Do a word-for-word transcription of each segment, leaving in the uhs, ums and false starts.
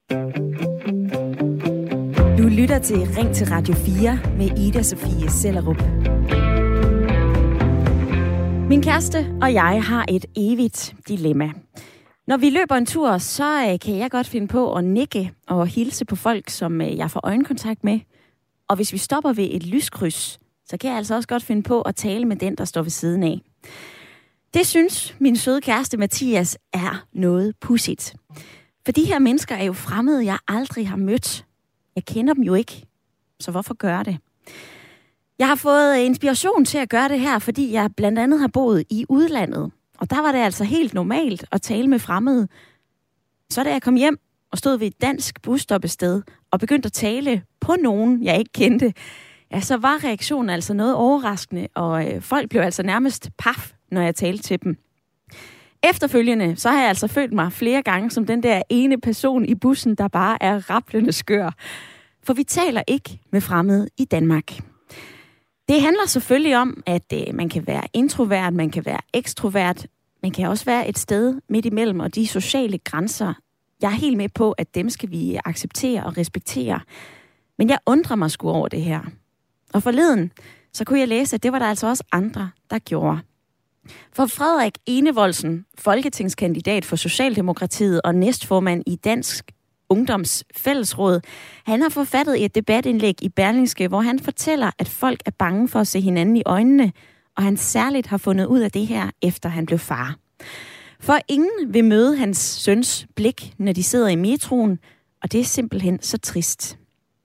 Du lytter til Ring til Radio fire med Ida Sofie Sellerup. Min kæreste og jeg har et evigt dilemma. Når vi løber en tur, så kan jeg godt finde på at nikke og hilse på folk, som jeg får øjenkontakt med. Og hvis vi stopper ved et lyskryds, så kan jeg altså også godt finde på at tale med den, der står ved siden af. Det synes min søde kæreste Mathias er noget pudsigt. For de her mennesker er jo fremmede, jeg aldrig har mødt. Jeg kender dem jo ikke, så hvorfor gøre det? Jeg har fået inspiration til at gøre det her, fordi jeg blandt andet har boet i udlandet. Og der var det altså helt normalt at tale med fremmede. Så da jeg kom hjem og stod ved et dansk busstoppested og begyndte at tale på nogen, jeg ikke kendte, ja, så var reaktionen altså noget overraskende, og øh, folk blev altså nærmest paf, når jeg talte til dem. Efterfølgende, så har jeg altså følt mig flere gange som den der ene person i bussen, der bare er rablende skør. For vi taler ikke med fremmede i Danmark. Det handler selvfølgelig om, at øh, man kan være introvert, man kan være ekstrovert, man kan også være et sted midt imellem, og de sociale grænser, jeg er helt med på, at dem skal vi acceptere og respektere. Men jeg undrer mig sgu over det her. Og forleden, så kunne jeg læse, at det var der altså også andre, der gjorde. For Frederik Enevoldsen, folketingskandidat for Socialdemokratiet og næstformand i Dansk Ungdoms Fællesråd, han har forfattet et debatindlæg i Berlingske, hvor han fortæller, at folk er bange for at se hinanden i øjnene, og han særligt har fundet ud af det her, efter han blev far. For ingen vil møde hans søns blik, når de sidder i metroen, og det er simpelthen så trist.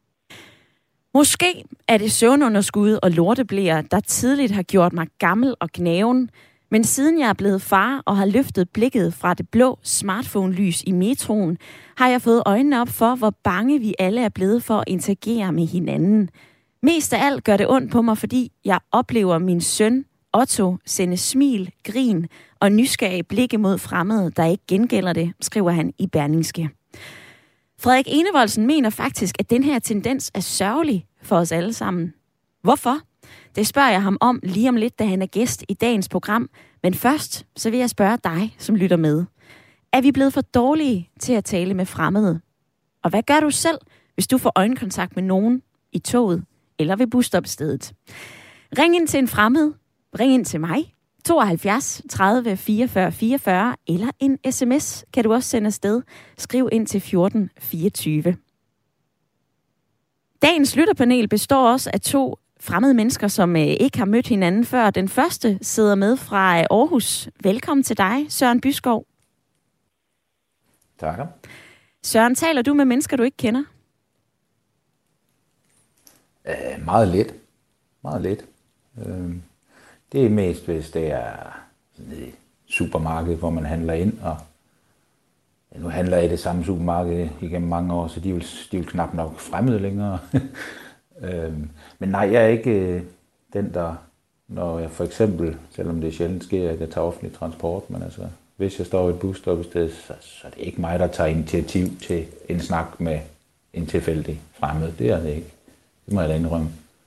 Måske er det søvnunderskud og lorteblæer, der tidligt har gjort mig gammel og gnaven, men siden jeg er blevet far og har løftet blikket fra det blå smartphone-lys i metroen, har jeg fået øjnene op for, hvor bange vi alle er blevet for at interagere med hinanden. Mest af alt gør det ondt på mig, fordi jeg oplever min søn Otto sende smil, grin og nysgerrige blikke mod fremmede, der ikke gengælder det, skriver han i Berlingske. Frederik Enevoldsen mener faktisk, at den her tendens er sørgelig for os alle sammen. Hvorfor? Det spørger jeg ham om lige om lidt, da han er gæst i dagens program. Men først, så vil jeg spørge dig, som lytter med. Er vi blevet for dårlige til at tale med fremmede? Og hvad gør du selv, hvis du får øjenkontakt med nogen i toget eller ved busstoppestedet? Ring ind til en fremmed. Ring ind til mig. tooghalvfjerds tredive fireogfyrre fireogfyrre eller en sms kan du også sende afsted. Skriv ind til fjorten fireogtyve. Dagens lytterpanel består også af to fremmede mennesker, som ikke har mødt hinanden før. Den første sidder med fra Aarhus. Velkommen til dig, Søren Byskov. Tak. Søren, taler du med mennesker, du ikke kender? Øh, meget lidt. Meget lidt. Øh, det er mest, hvis det er et supermarked, hvor man handler ind. Og ja, nu handler jeg i det samme supermarked igennem mange år, så de er jo, de er jo knap nok fremmede længere. Øhm, men nej, jeg er ikke øh, den, der, når jeg for eksempel, selvom det sjældent sker, at jeg tager offentlig transport, men altså, hvis jeg står i et busstoppested, så, så er det ikke mig, der tager initiativ til en snak med en tilfældig fremmed. Det er det ikke. Det må jeg da indrømme.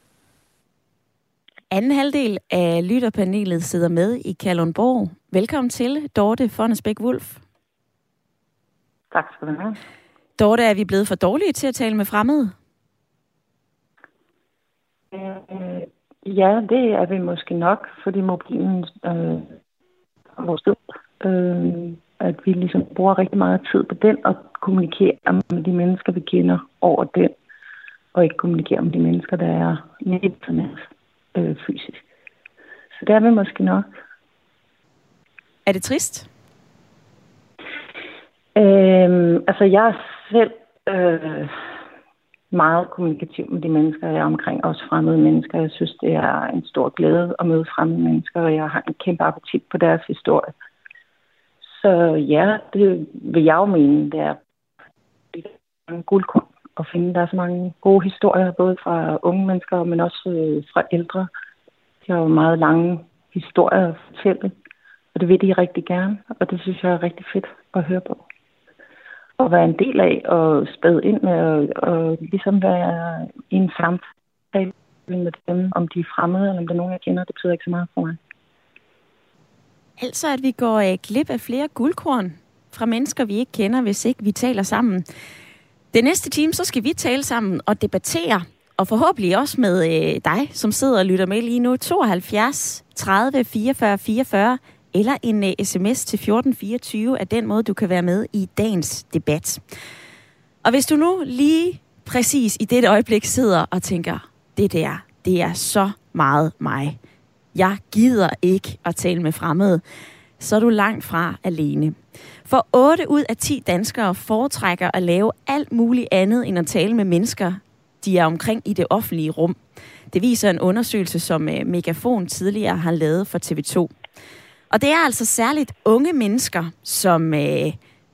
Anden halvdel af lytterpanelet sidder med i Kalundborg. Velkommen til, Dorte Fonnesbæk-Wulff. Tak skal du have. Dorte, er vi blevet for dårlige til at tale med fremmede? Øh, ja, det er vi måske nok, fordi mobilen øh, vores tid, øh, at vi ligesom bruger rigtig meget tid på den og kommunikerer med de mennesker, vi kender over den, og ikke kommunikerer med de mennesker, der er internet øh, fysisk. Så det er vi måske nok. Er det trist? Øh, altså, jeg er selv øh, meget kommunikativ med de mennesker, jeg er omkring, også fremmede mennesker. Jeg synes, det er en stor glæde at møde fremmede mennesker, og jeg har en kæmpe appetit på deres historie. Så ja, det vil jeg jo mene, det er en guldkorn at finde. Der er så mange gode historier, både fra unge mennesker, men også fra ældre. De har jo meget lange historier at fortælle, og det vil de rigtig gerne, og det synes jeg er rigtig fedt at høre på. Og være en del af og spæde ind med og, og ligesom være i en samtale med dem, om de er fremmede, eller om det er nogen, jeg kender, det betyder ikke så meget for mig. Altså, at vi går glip af flere guldkorn fra mennesker, vi ikke kender, hvis ikke vi taler sammen. Det næste time, så skal vi tale sammen og debattere, og forhåbentlig også med øh, dig, som sidder og lytter med lige nu, tooghalvfjerds tredive fireogfyrre fireogfyrre, eller en øh, sms til fjorten fireogtyve af den måde, du kan være med i dagens debat. Og hvis du nu lige præcis i dette øjeblik sidder og tænker, det der, det er så meget mig. Jeg gider ikke at tale med fremmede, så er du langt fra alene. For otte ud af ti danskere foretrækker at lave alt muligt andet end at tale med mennesker, de er omkring i det offentlige rum. Det viser en undersøgelse, som Megafon tidligere har lavet for T V to. Og det er altså særligt unge mennesker, som øh,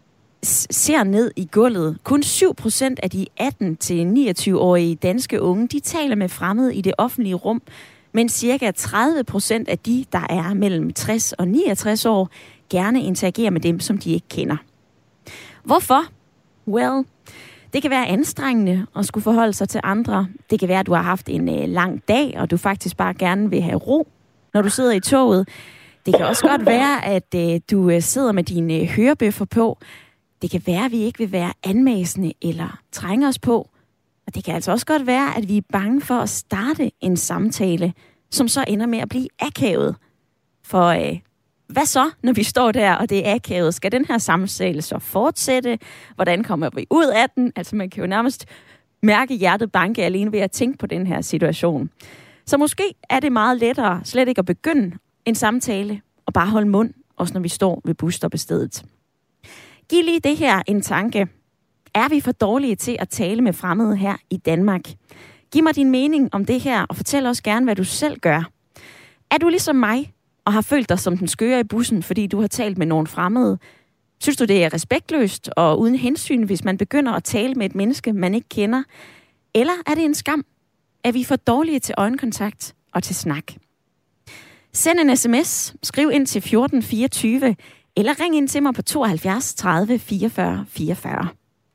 ser ned i gulvet. Kun syv procent af de atten til niogtyve-årige danske unge, de taler med fremmede i det offentlige rum, men cirka tredive procent af de, der er mellem tres og niogtres år, gerne interagerer med dem, som de ikke kender. Hvorfor? Well, det kan være anstrengende at skulle forholde sig til andre. Det kan være, at du har haft en øh, lang dag, og du faktisk bare gerne vil have ro, når du sidder i toget. Det kan også godt være, at øh, du øh, sidder med dine øh, hørebøffer på. Det kan være, at vi ikke vil være anmæsende eller trænge os på. Og det kan altså også godt være, at vi er bange for at starte en samtale, som så ender med at blive akavet. For øh, hvad så, når vi står der, og det er akavet? Skal den her samtale så fortsætte? Hvordan kommer vi ud af den? Altså man kan jo nærmest mærke hjertet banke alene ved at tænke på den her situation. Så måske er det meget lettere slet ikke at begynde en samtale og bare holde mund, også når vi står ved busstoppestedet. Giv lige det her en tanke. Er vi for dårlige til at tale med fremmede her i Danmark? Giv mig din mening om det her, og fortæl også gerne, hvad du selv gør. Er du ligesom mig, og har følt dig som den skøre i bussen, fordi du har talt med nogle fremmede? Synes du, det er respektløst og uden hensyn, hvis man begynder at tale med et menneske, man ikke kender? Eller er det en skam? Er vi for dårlige til øjenkontakt og til snak? Send en sms, skriv ind til fjorten fireogtyve, eller ring ind til mig på tooghalvfjerds tredive fireogfyrre fireogfyrre.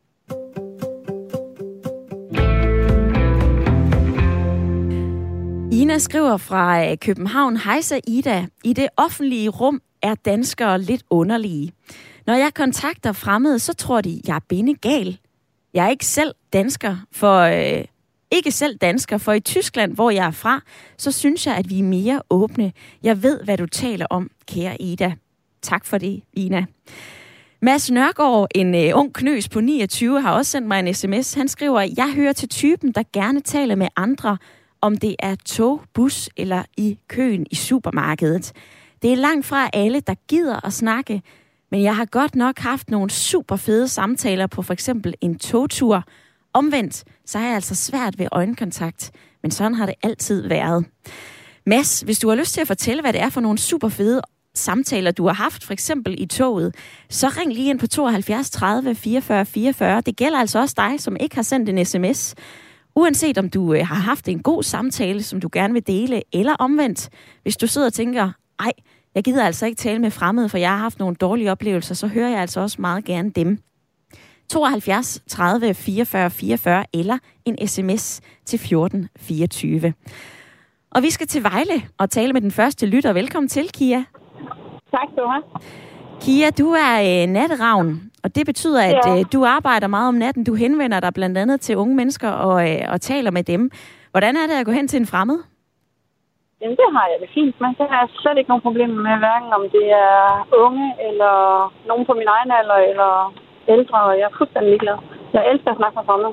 Ina skriver fra København: Hej så Ida. I det offentlige rum er danskere lidt underlige. Når jeg kontakter fremmede, så tror de, jeg er bindegal. Jeg er ikke selv dansker, for øh, ikke selv dansker, for i Tyskland, hvor jeg er fra, så synes jeg, at vi er mere åbne. Jeg ved, hvad du taler om, kære Ida. Tak for det, Ina. Mads Nørgaard, en øh, ung knøs på niogtyve, har også sendt mig en sms. Han skriver: Jeg hører til typen, der gerne taler med andre, om det er tog, bus eller i køen i supermarkedet. Det er langt fra alle, der gider at snakke, men jeg har godt nok haft nogle super fede samtaler på for eksempel en togtur. Omvendt, så er jeg altså svært ved øjenkontakt, men sådan har det altid været. Mads, hvis du har lyst til at fortælle, hvad det er for nogle super fede samtaler, du har haft, for eksempel i toget, så ring lige ind på tooghalvfjerds tredive fireogfyrre fireogfyrre. Det gælder altså også dig, som ikke har sendt en sms. Uanset om du øh, har haft en god samtale, som du gerne vil dele, eller omvendt, hvis du sidder og tænker, ej, jeg gider altså ikke tale med fremmede, for jeg har haft nogle dårlige oplevelser, så hører jeg altså også meget gerne dem. tooghalvfjerds tredive fireogfyrre fireogfyrre, eller en sms til fjorten fireogtyve. Og vi skal til Vejle og tale med den første lytter. Velkommen til, Kia. Tak skal du have. Kia, du er øh, natteravn, og det betyder, at ja. øh, du arbejder meget om natten. Du henvender dig blandt andet til unge mennesker og, øh, og taler med dem. Hvordan er det at gå hen til en fremmed? Jamen, det har jeg det fint med. Det har jeg slet ikke nogen problemer med, hverken om det er unge, eller nogen på min egen alder, eller ældre, og jeg er fuldstændig ligeglad. Jeg elsker at snakke med fremmede.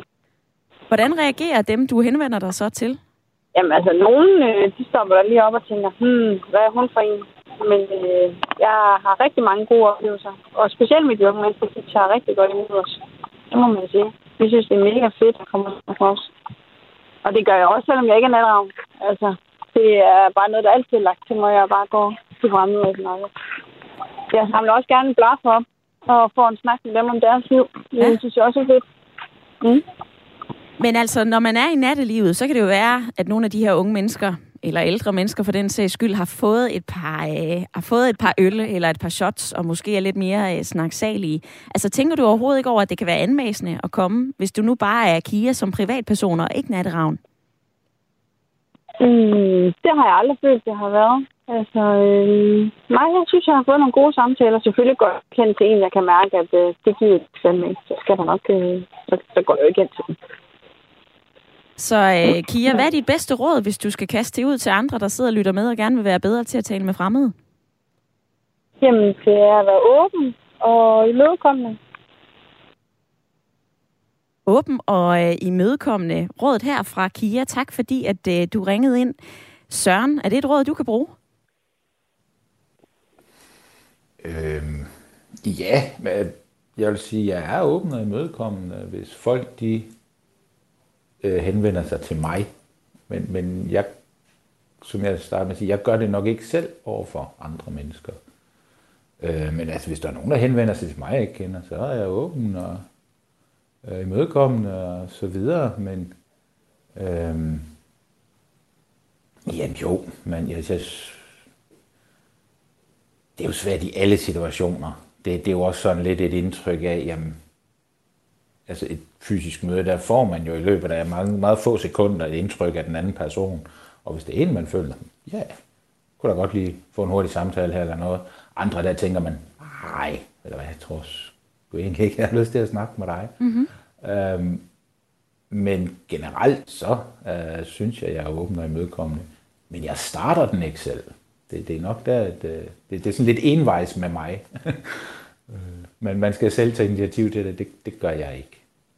Hvordan reagerer dem, du henvender dig så til? Jamen, altså, nogen øh, de stopper der lige op og tænker, hmm, hvad er hun for en? Men øh, jeg har rigtig mange gode oplevelser. Og specielt med de unge mennesker, de tager rigtig godt imod os. Det må man sige. Vi synes, det er mega fedt at komme ud for os. Og det gør jeg også, selvom jeg ikke er natravn. Altså, det er bare noget, der altid er lagt til mig, at jeg bare går til fremmede og sådan noget. Jeg samler også gerne en blaffer op og får en snak med dem om deres liv. Det ja. synes jeg også er fedt. Mm. Men altså, når man er i nattelivet, så kan det jo være, at nogle af de her unge mennesker, eller ældre mennesker for den sags skyld, har fået et par, øh, har fået et par øl eller et par shots, og måske er lidt mere øh, snaksalige. Altså, tænker du overhovedet ikke over, at det kan være anmæsende at komme, hvis du nu bare er Kia som privatperson og ikke natteravn? Mm, det har jeg aldrig følt, det har været. Altså, øh, nej, jeg synes, jeg har fået nogle gode samtaler. Selvfølgelig godt kendt til en, jeg kan mærke, at øh, det giver et fandme ikke. Så skal der nok, øh, så, så går jeg jo ikke hen til dem. Så øh, Kia, hvad er dit bedste råd, hvis du skal kaste det ud til andre, der sidder og lytter med og gerne vil være bedre til at tale med fremmede? Jamen, det er at være åben og imødekommende. Åben og øh, imødekommende. Rådet her fra Kia. Tak fordi, at øh, du ringede ind. Søren, er det et råd, du kan bruge? Øhm, ja, men jeg vil sige, at jeg er åben og imødekommende, hvis folk de øh, henvender sig til mig. Men, men jeg, som jeg starter med at sige, jeg gør det nok ikke selv over for andre mennesker. Øh, men altså, hvis der er nogen, der henvender sig til mig, jeg ikke kender, så er jeg åben og øh, imødekommende og så videre. Men øh, jamen jo, men jeg synes, det er jo svært i alle situationer. Det, det er jo også sådan lidt et indtryk af, jamen, altså et fysisk møde, der får man jo i løbet af mange, meget få sekunder et indtryk af den anden person. Og hvis det er en, man føler, ja, kunne da godt lige få en hurtig samtale her eller noget. Andre der tænker man, nej, eller hvad, jeg tror sgu egentlig ikke, jeg har lyst til at snakke med dig. Mm-hmm. Øhm, men generelt så øh, synes jeg, jeg er åben og imødekommende. Men jeg starter den ikke selv. Det, det er nok der, at det, det er sådan lidt envejs med mig. Men man skal selv tage initiativ til det. det. Det gør jeg ikke.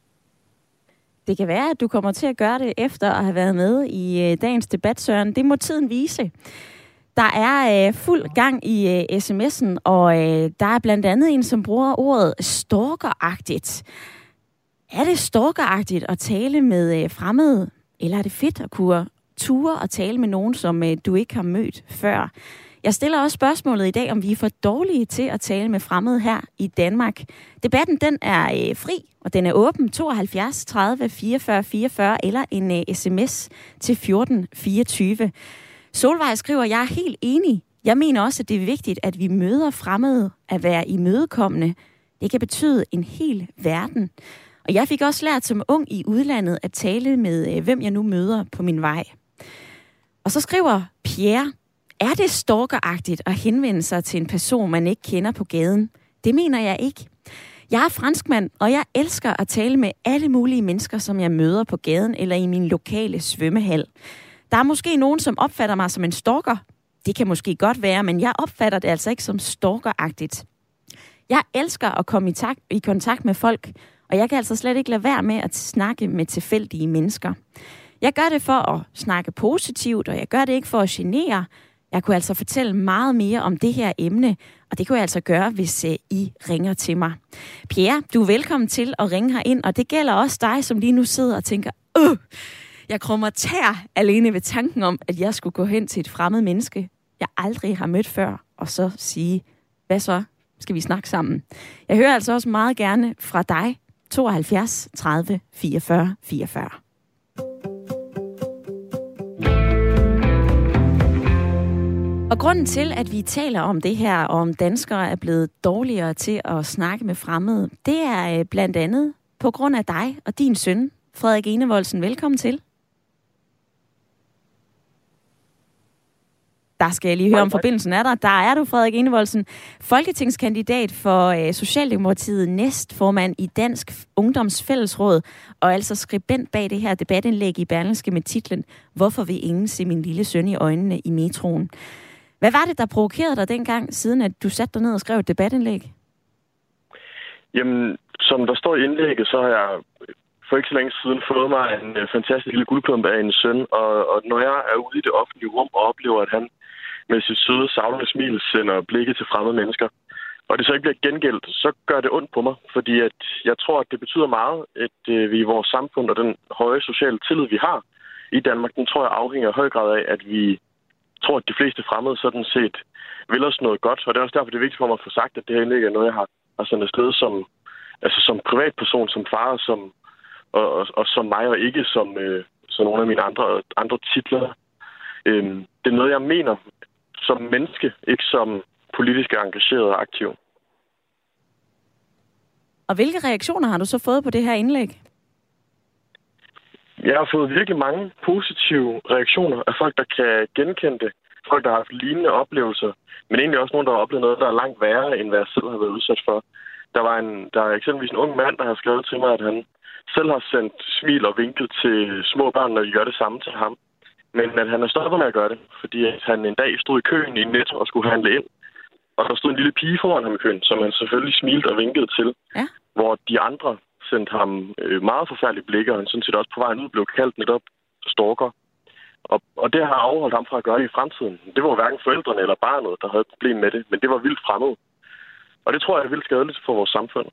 Det kan være, at du kommer til at gøre det efter at have været med i dagens debat, Søren. Det må tiden vise. Der er øh, fuld gang i øh, sms'en, og øh, der er blandt andet en, som bruger ordet stalkeragtigt. Er det stalkeragtigt at tale med øh, fremmede, eller er det fedt at kunne ture og tale med nogen, som øh, du ikke har mødt før? Jeg stiller også spørgsmålet i dag, om vi er for dårlige til at tale med fremmede her i Danmark. Debatten den er øh, fri, og den er åben tooghalvfjerds tredive fireogfyrre fireogfyrre eller en øh, sms til fjorten fireogtyve. Solvej skriver, jeg er helt enig. Jeg mener også, at det er vigtigt, at vi møder fremmede at være imødekommende. Det kan betyde en hel verden. Og jeg fik også lært som ung i udlandet at tale med, øh, hvem jeg nu møder på min vej. Og så skriver Pierre, er det stalkeragtigt at henvende sig til en person, man ikke kender på gaden? Det mener jeg ikke. Jeg er franskmand, og jeg elsker at tale med alle mulige mennesker, som jeg møder på gaden eller i min lokale svømmehal. Der er måske nogen, som opfatter mig som en stalker. Det kan måske godt være, men jeg opfatter det altså ikke som stalkeragtigt. Jeg elsker at komme i, tak- i kontakt med folk, og jeg kan altså slet ikke lade være med at snakke med tilfældige mennesker. Jeg gør det for at snakke positivt, og jeg gør det ikke for at genere. Jeg kunne altså fortælle meget mere om det her emne, og det kunne jeg altså gøre, hvis uh, I ringer til mig. Pierre, du er velkommen til at ringe herind, og det gælder også dig, som lige nu sidder og tænker, øh, jeg krummer tær alene ved tanken om, at jeg skulle gå hen til et fremmed menneske, jeg aldrig har mødt før, og så sige, hvad så? Skal vi snakke sammen? Jeg hører altså også meget gerne fra dig, tooghalvfjerds tredive fireogfyrre fireogfyrre. Og grunden til, at vi taler om det her, og om danskere er blevet dårligere til at snakke med fremmede, det er blandt andet på grund af dig og din søn, Frederik Enevoldsen. Velkommen til. Der skal jeg lige høre, om forbindelsen er der. Der er du, Frederik Enevoldsen, folketingskandidat for øh, Socialdemokratiet, næstformand i Dansk Ungdomsfællesråd, og altså skribent bag det her debatindlæg i Berlingske med titlen Hvorfor vil ingen se min lille søn i øjnene i metroen? Hvad var det, der provokerede dig dengang, siden at du satte dig ned og skrev et debatindlæg? Jamen, som der står i indlægget, så har jeg for ikke så længe siden fået mig en fantastisk lille guldklump af en søn, og, og når jeg er ude i det offentlige rum og oplever, at han med sit søde, savlende smil sender blikket til fremmede mennesker, og det så ikke bliver gengældt, så gør det ondt på mig, fordi at jeg tror, at det betyder meget, at øh, vi i vores samfund og den høje sociale tillid, vi har i Danmark, den tror jeg afhænger i høj grad af, at vi tror, at de fleste fremmede sådan set vil os noget godt, og det er også derfor, det er vigtigt for mig at få sagt, at det her indlæg er noget, jeg har, har sendt afsted som, altså som privatperson, som far, som, og, og, og som mig, og ikke som, øh, som nogle af mine andre, andre titler. Øhm, det er noget, jeg mener som menneske, ikke som politisk engageret og aktiv. Og hvilke reaktioner har du så fået på det her indlæg? Jeg har fået virkelig mange positive reaktioner af folk, der kan genkende det. Folk, der har haft lignende oplevelser, men egentlig også nogen, der har oplevet noget, der er langt værre, end hvad jeg selv har været udsat for. Der var en, der er eksempelvis en ung mand, der har skrevet til mig, at han selv har sendt smil og vinket til små børn, når de gør det samme til ham. Men at han er stoppet med at gøre det, fordi han en dag stod i køen i Netto og skulle handle ind. Og der stod en lille pige foran ham i køen, som han selvfølgelig smilte og vinkede til. Ja. Hvor de andre sendte ham meget forfærdelige blikke, og han sådan set også på vejen ud blev kaldt netop stalker. Og, og det har afholdt ham fra at gøre det i fremtiden. Det var hverken forældrene eller barnet, der havde et problem med det, men det var vildt fremmed. Og det tror jeg er vildt skadeligt for vores samfund.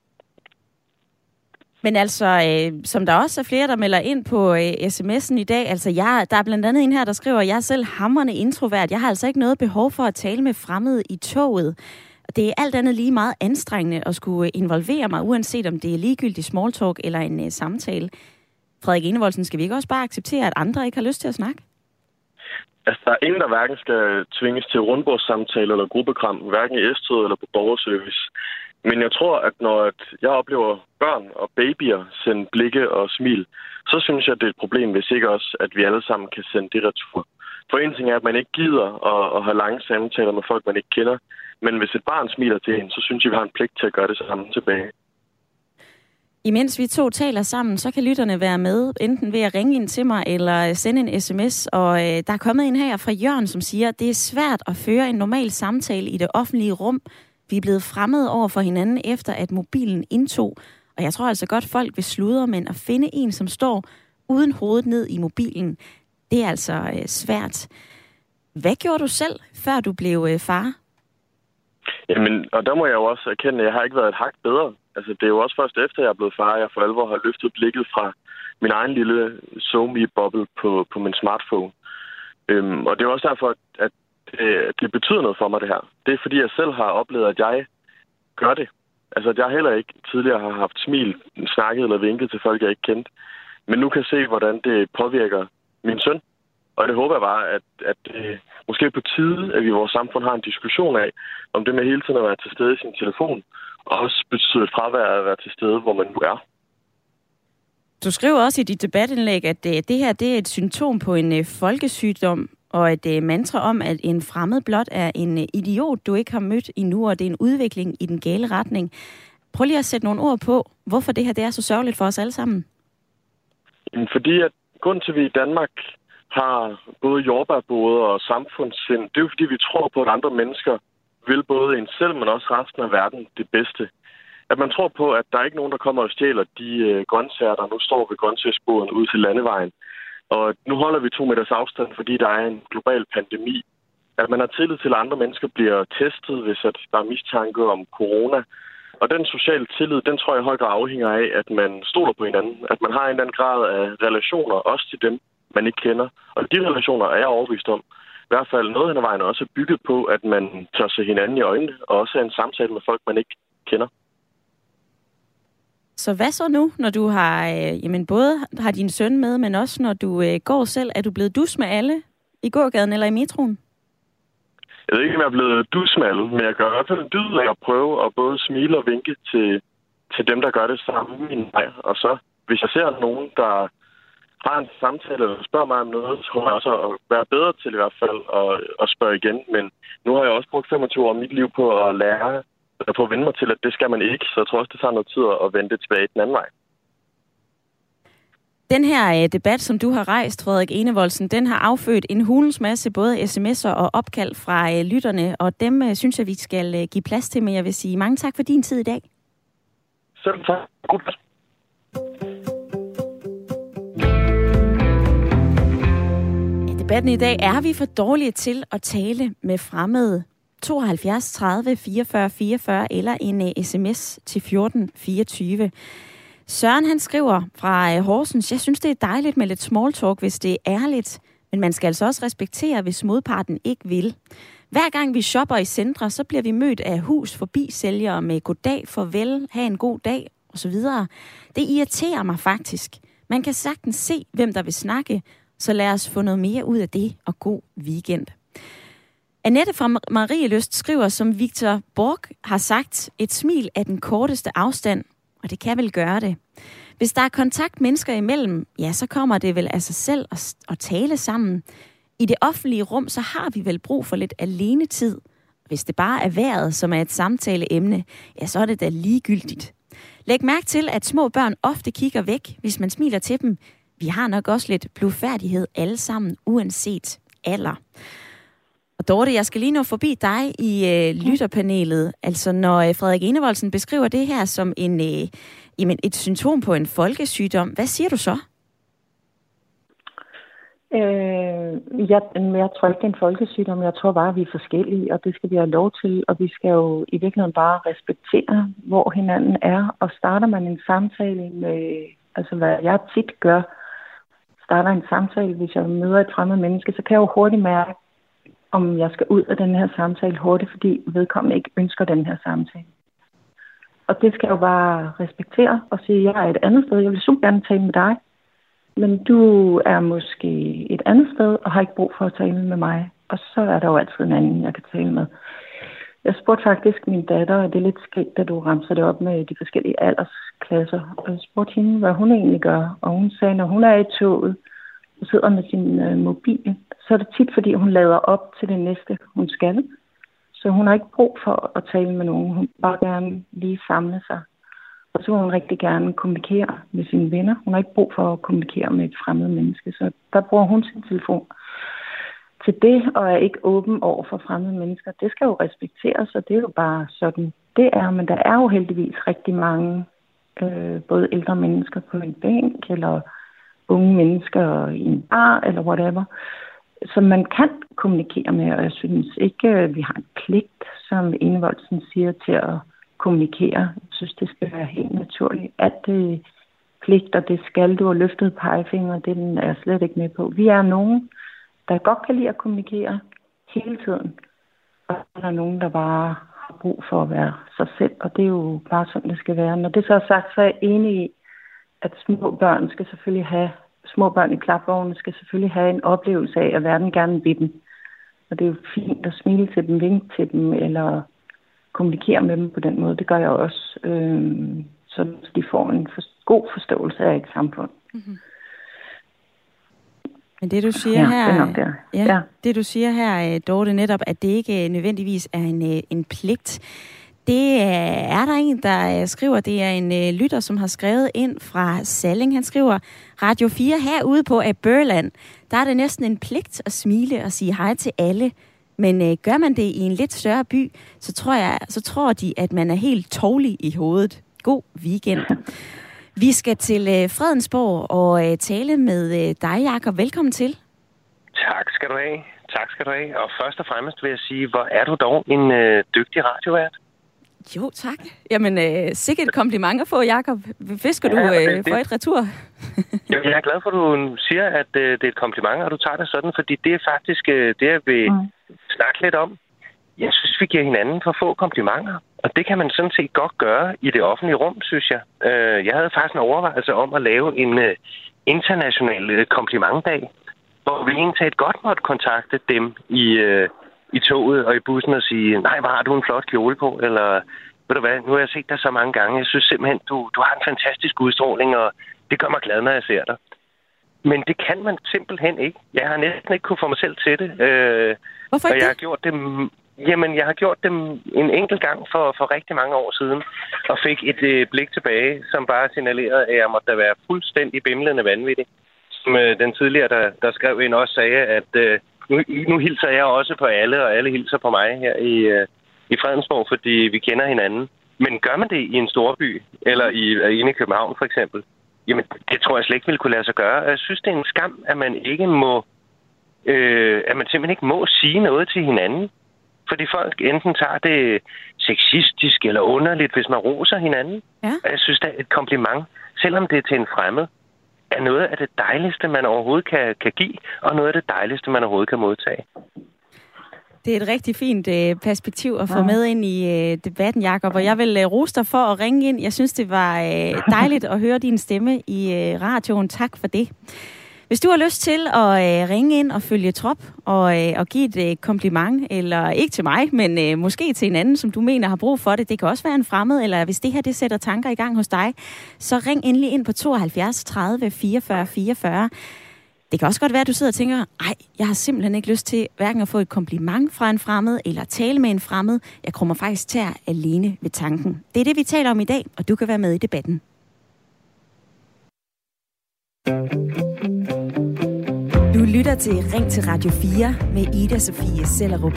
Men altså, øh, som der også er flere, der melder ind på øh, sms'en i dag, altså jeg, der er blandt andet en her, der skriver, at jeg er selv hamrende introvert. Jeg har altså ikke noget behov for at tale med fremmede i toget. Det er alt andet lige meget anstrengende at skulle involvere mig, uanset om det er ligegyldigt small talk eller en øh, samtale. Frederik Enevoldsen, skal vi ikke også bare acceptere, at andre ikke har lyst til at snakke? Altså, der er ingen, der hverken skal tvinges til rundbordssamtale eller gruppekram, hverken i S-toget eller på borgerservice. Men jeg tror, at når jeg oplever børn og babyer sende blikke og smil, så synes jeg, at det er et problem, hvis ikke også, at vi alle sammen kan sende det retur. For en ting er, at man ikke gider at, at have lange samtaler med folk, man ikke kender. Men hvis et barn smiler til en, så synes jeg, vi har en pligt til at gøre det samme tilbage. Imens vi to taler sammen, så kan lytterne være med, enten ved at ringe ind til mig eller sende en sms. Og øh, der er kommet en her fra Jørgen, som siger, at det er svært at føre en normal samtale i det offentlige rum. Vi er blevet fremmede over for hinanden, efter at mobilen indtog. Og jeg tror altså godt, folk vil sludre, men at finde en, som står uden hovedet ned i mobilen, det er altså øh, svært. Hvad gjorde du selv, før du blev øh, far? Jamen, og der må jeg jo også erkende, at jeg har ikke været et hak bedre. Altså, det er jo også først efter, jeg er blevet far, jeg for alvor har løftet blikket fra min egen lille SoMe-boble på, på min smartphone. Øhm, og det er også derfor, at det, det betyder noget for mig, det her. Det er fordi, jeg selv har oplevet, at jeg gør det. Altså, at jeg heller ikke tidligere har haft smil, snakket eller vinket til folk, jeg ikke kendte. Men nu kan jeg se, hvordan det påvirker min søn. Og det håber jeg bare, at, at det måske er på tide, at vi i vores samfund har en diskussion af, om det med hele tiden at være til stede i sin telefon, også betyder et fravær at være til stede, hvor man nu er. Du skriver også i dit debatindlæg, at det, det her det er et symptom på en uh, folkesygdom, og et uh, mantra om, at en fremmed blot er en uh, idiot, du ikke har mødt endnu, og det er en udvikling i den gale retning. Prøv lige at sætte nogle ord på, hvorfor det her det er så sørgeligt for os alle sammen. Fordi at grund til, at vi i Danmark har både jordbærboder og samfundssind, det er jo fordi, vi tror på, at andre mennesker vil både en selv, men også resten af verden det bedste. At man tror på, at der er ikke nogen, der kommer og stjæler de øh, grøntsager, der nu står ved grøntsagsboden ud til landevejen. Og nu holder vi to meters afstand, fordi der er en global pandemi. At man har tillid til, at andre mennesker bliver testet, hvis at der er mistanke om corona. Og den sociale tillid, den tror jeg i høj grad afhænger af, at man stoler på hinanden. At man har en eller anden grad af relationer, også til dem, man ikke kender. Og de relationer er jeg overbevist om. I hvert fald noget hen ad vejen også er bygget på, at man tør se hinanden i øjnene, og også er en samtale med folk, man ikke kender. Så hvad så nu, når du har, øh, jamen både har din søn med, men også når du øh, går selv? Er du blevet dus med alle i gågaden eller i metroen? Jeg ved ikke, om jeg er blevet dus med alle, men jeg gør i hvert fald en dyd af at prøve at både smile og vinke til, til dem, der gør det samme i mig. Og så, hvis jeg ser nogen, der har en samtale eller spørger mig om noget, så kommer jeg også at være bedre til i hvert fald at, at spørge igen. Men nu har jeg også brugt femogtyve år af mit liv på at lære, eller på at vende mig til, at det skal man ikke. Så jeg tror også, det tager noget tid at vende det tilbage den anden vej. Den her debat, som du har rejst, Frederik Enevoldsen, den har affødt en hulens masse både sms'er og opkald fra lytterne, og dem synes jeg, vi skal give plads til, men jeg vil sige mange tak for din tid i dag. Selv tak. God. Debatten i dag, er vi for dårlige til at tale med fremmede? tooghalvfjerds tredive fireogfyrre fireogfyrre eller en sms til fjorten fireogtyve. Søren han skriver fra Horsens, jeg synes det er dejligt med lidt small talk, hvis det er ærligt, men man skal altså også respektere, hvis modparten ikke vil. Hver gang vi shopper i centre, så bliver vi mødt af hus forbi sælgere med goddag, farvel, have en god dag osv. Det irriterer mig faktisk. Man kan sagtens se, hvem der vil snakke, så lad os få noget mere ud af det, og god weekend. Annette fra Marielyst skriver, som Victor Borg har sagt, et smil er den korteste afstand, og det kan vel gøre det. Hvis der er kontakt mennesker imellem, ja, så kommer det vel af sig selv at, at tale sammen. I det offentlige rum, så har vi vel brug for lidt alenetid, Hvis det bare er vejret, som er et samtaleemne, ja, så er det da ligegyldigt. Læg mærke til, at små børn ofte kigger væk, hvis man smiler til dem. Vi har nok også lidt blufærdighed alle sammen, uanset alder. Og Dorte, jeg skal lige nå forbi dig i øh, lytterpanelet. Altså, når øh, Frederik Enevoldsen beskriver det her som en, øh, jamen, et symptom på en folkesygdom, hvad siger du så? Øh, jeg, jeg tror ikke, det er en folkesygdom. Jeg tror bare, at vi er forskellige, og det skal vi have lov til. Og vi skal jo i virkeligheden bare respektere, hvor hinanden er. Og starter man en samtale med, altså hvad jeg tit gør, starter en samtale, hvis jeg møder et fremmed menneske, så kan jeg jo hurtigt mærke, om jeg skal ud af den her samtale hurtigt, fordi vedkommende ikke ønsker den her samtale. Og det skal jeg jo bare respektere og sige, at jeg er et andet sted. Jeg vil super gerne tale med dig, men du er måske et andet sted og har ikke brug for at tale med mig. Og så er der jo altid en anden, jeg kan tale med. Jeg spurgte faktisk min datter, og det er lidt skægt, da du ramser det op med de forskellige aldersklasser. Og jeg spurgte hende, hvad hun egentlig gør. Og hun sagde, når hun er i toget og sidder med sin øh, mobil, så er det tit, fordi hun lader op til det næste, hun skal. Så hun har ikke brug for at tale med nogen. Hun vil bare gerne lige samle sig. Og så vil hun rigtig gerne kommunikere med sine venner. Hun har ikke brug for at kommunikere med et fremmed menneske. Så der bruger hun sin telefon til det, og er ikke åben over for fremmede mennesker. Det skal jo respekteres, og det er jo bare sådan, det er. Men der er jo heldigvis rigtig mange, øh, både ældre mennesker på en bænk, eller unge mennesker i en bar, eller whatever, som man kan kommunikere med. Og jeg synes ikke, at vi har en pligt, som Enevoldsen siger, til at kommunikere. Jeg synes, det skal være helt naturligt, at det pligt, og det skal du have løftet pegefinger, det er jeg slet ikke med på. Vi er nogen, der godt kan lide at kommunikere hele tiden. Og der er nogen, der bare har brug for at være sig selv, og det er jo bare sådan, det skal være. Når det så er sagt, så er jeg enig i, at små børn skal selvfølgelig have, små børn i klapvognen skal selvfølgelig have en oplevelse af, at verden gerne vil dem. Og det er jo fint at smile til dem, vinke til dem, eller kommunikere med dem på den måde. Det gør jeg også, øh, så de får en for, god forståelse af et samfund. Mm-hmm. Men det du siger ja, her, det, er nok der. Ja, ja. det du siger her, Dorte, netop, at det ikke nødvendigvis er en, en pligt. Det er der en, der skriver, det er en lytter, som har skrevet ind fra Salling. Han skriver, Radio fire herude på Aberland, der er det næsten en pligt at smile og sige hej til alle. Men øh, gør man det i en lidt større by, så tror jeg, så tror de, at man er helt tovlig i hovedet. God weekend. Vi skal til øh, Fredensborg og øh, tale med øh, dig, Jakob. Velkommen til. Tak skal du have. Tak skal du have. Og først og fremmest vil jeg sige, hvor er du dog en øh, dygtig radiovært? Jo, tak. Jamen, øh, sikkert et kompliment at få, Jakob. Fisker ja, du øh, det, for et retur? Jamen, jeg er glad for, at du siger, at øh, det er et kompliment, og du tager det sådan, fordi det er faktisk øh, det, jeg vil mm. snakke lidt om. Jeg synes, vi giver hinanden for få komplimenter, og det kan man sådan set godt gøre i det offentlige rum, synes jeg. Øh, jeg havde faktisk en overvejelse om at lave en øh, international øh, komplimentdag, hvor vi egentlig godt måtte kontakte dem i... Øh, i toget og i bussen og sige, nej, hvor har du en flot kjole på, eller ved du hvad, nu har jeg set dig så mange gange, jeg synes simpelthen, du, du har en fantastisk udstråling, og det gør mig glad, når jeg ser dig. Men det kan man simpelthen ikke. Jeg har næsten ikke kunne få mig selv til det. Øh, Hvorfor ikke og jeg det? har gjort det, jamen, jeg har gjort det en enkelt gang for, for rigtig mange år siden, og fik et øh, blik tilbage, som bare signalerede, at jeg måtte da være fuldstændig bimlende vanvittig. Som øh, den tidligere, der, der skrev ind, også sagde, at øh, Nu, nu hilser jeg også på alle, og alle hilser på mig her i, uh, i Fredensborg, fordi vi kender hinanden. Men gør man det i en storby, eller i, uh, inde i København for eksempel, jamen det tror jeg slet ikke ville kunne lade sig gøre. Jeg synes, det er en skam, at man ikke må, øh, at man simpelthen ikke må sige noget til hinanden. Fordi folk enten tager det sexistisk eller underligt, hvis man roser hinanden. Ja. Jeg synes, det er et kompliment, selvom det er til en fremmed, er noget af det dejligste, man overhovedet kan, kan give, og noget af det dejligste, man overhovedet kan modtage. Det er et rigtig fint øh, perspektiv at få ja. med ind i øh, debatten, Jakob, og jeg vil øh, rose dig for at ringe ind. Jeg synes, det var øh, dejligt at høre din stemme i øh, radioen. Tak for det. Hvis du har lyst til at øh, ringe ind og følge trop og, øh, og give et øh, kompliment, eller ikke til mig, men øh, måske til en anden, som du mener har brug for det. Det kan også være en fremmed, eller hvis det her det sætter tanker i gang hos dig, så ring endelig ind på tooghalvfjerds tredive fireogfyrre fireogfyrre. Det kan også godt være, at du sidder og tænker, ej, jeg har simpelthen ikke lyst til hverken at få et kompliment fra en fremmed, eller tale med en fremmed. Jeg kommer faktisk til at alene ved tanken. Det er det, vi taler om i dag, og du kan være med i debatten. Du lytter til Ring til Radio fire med Ida Sofie Sellerup.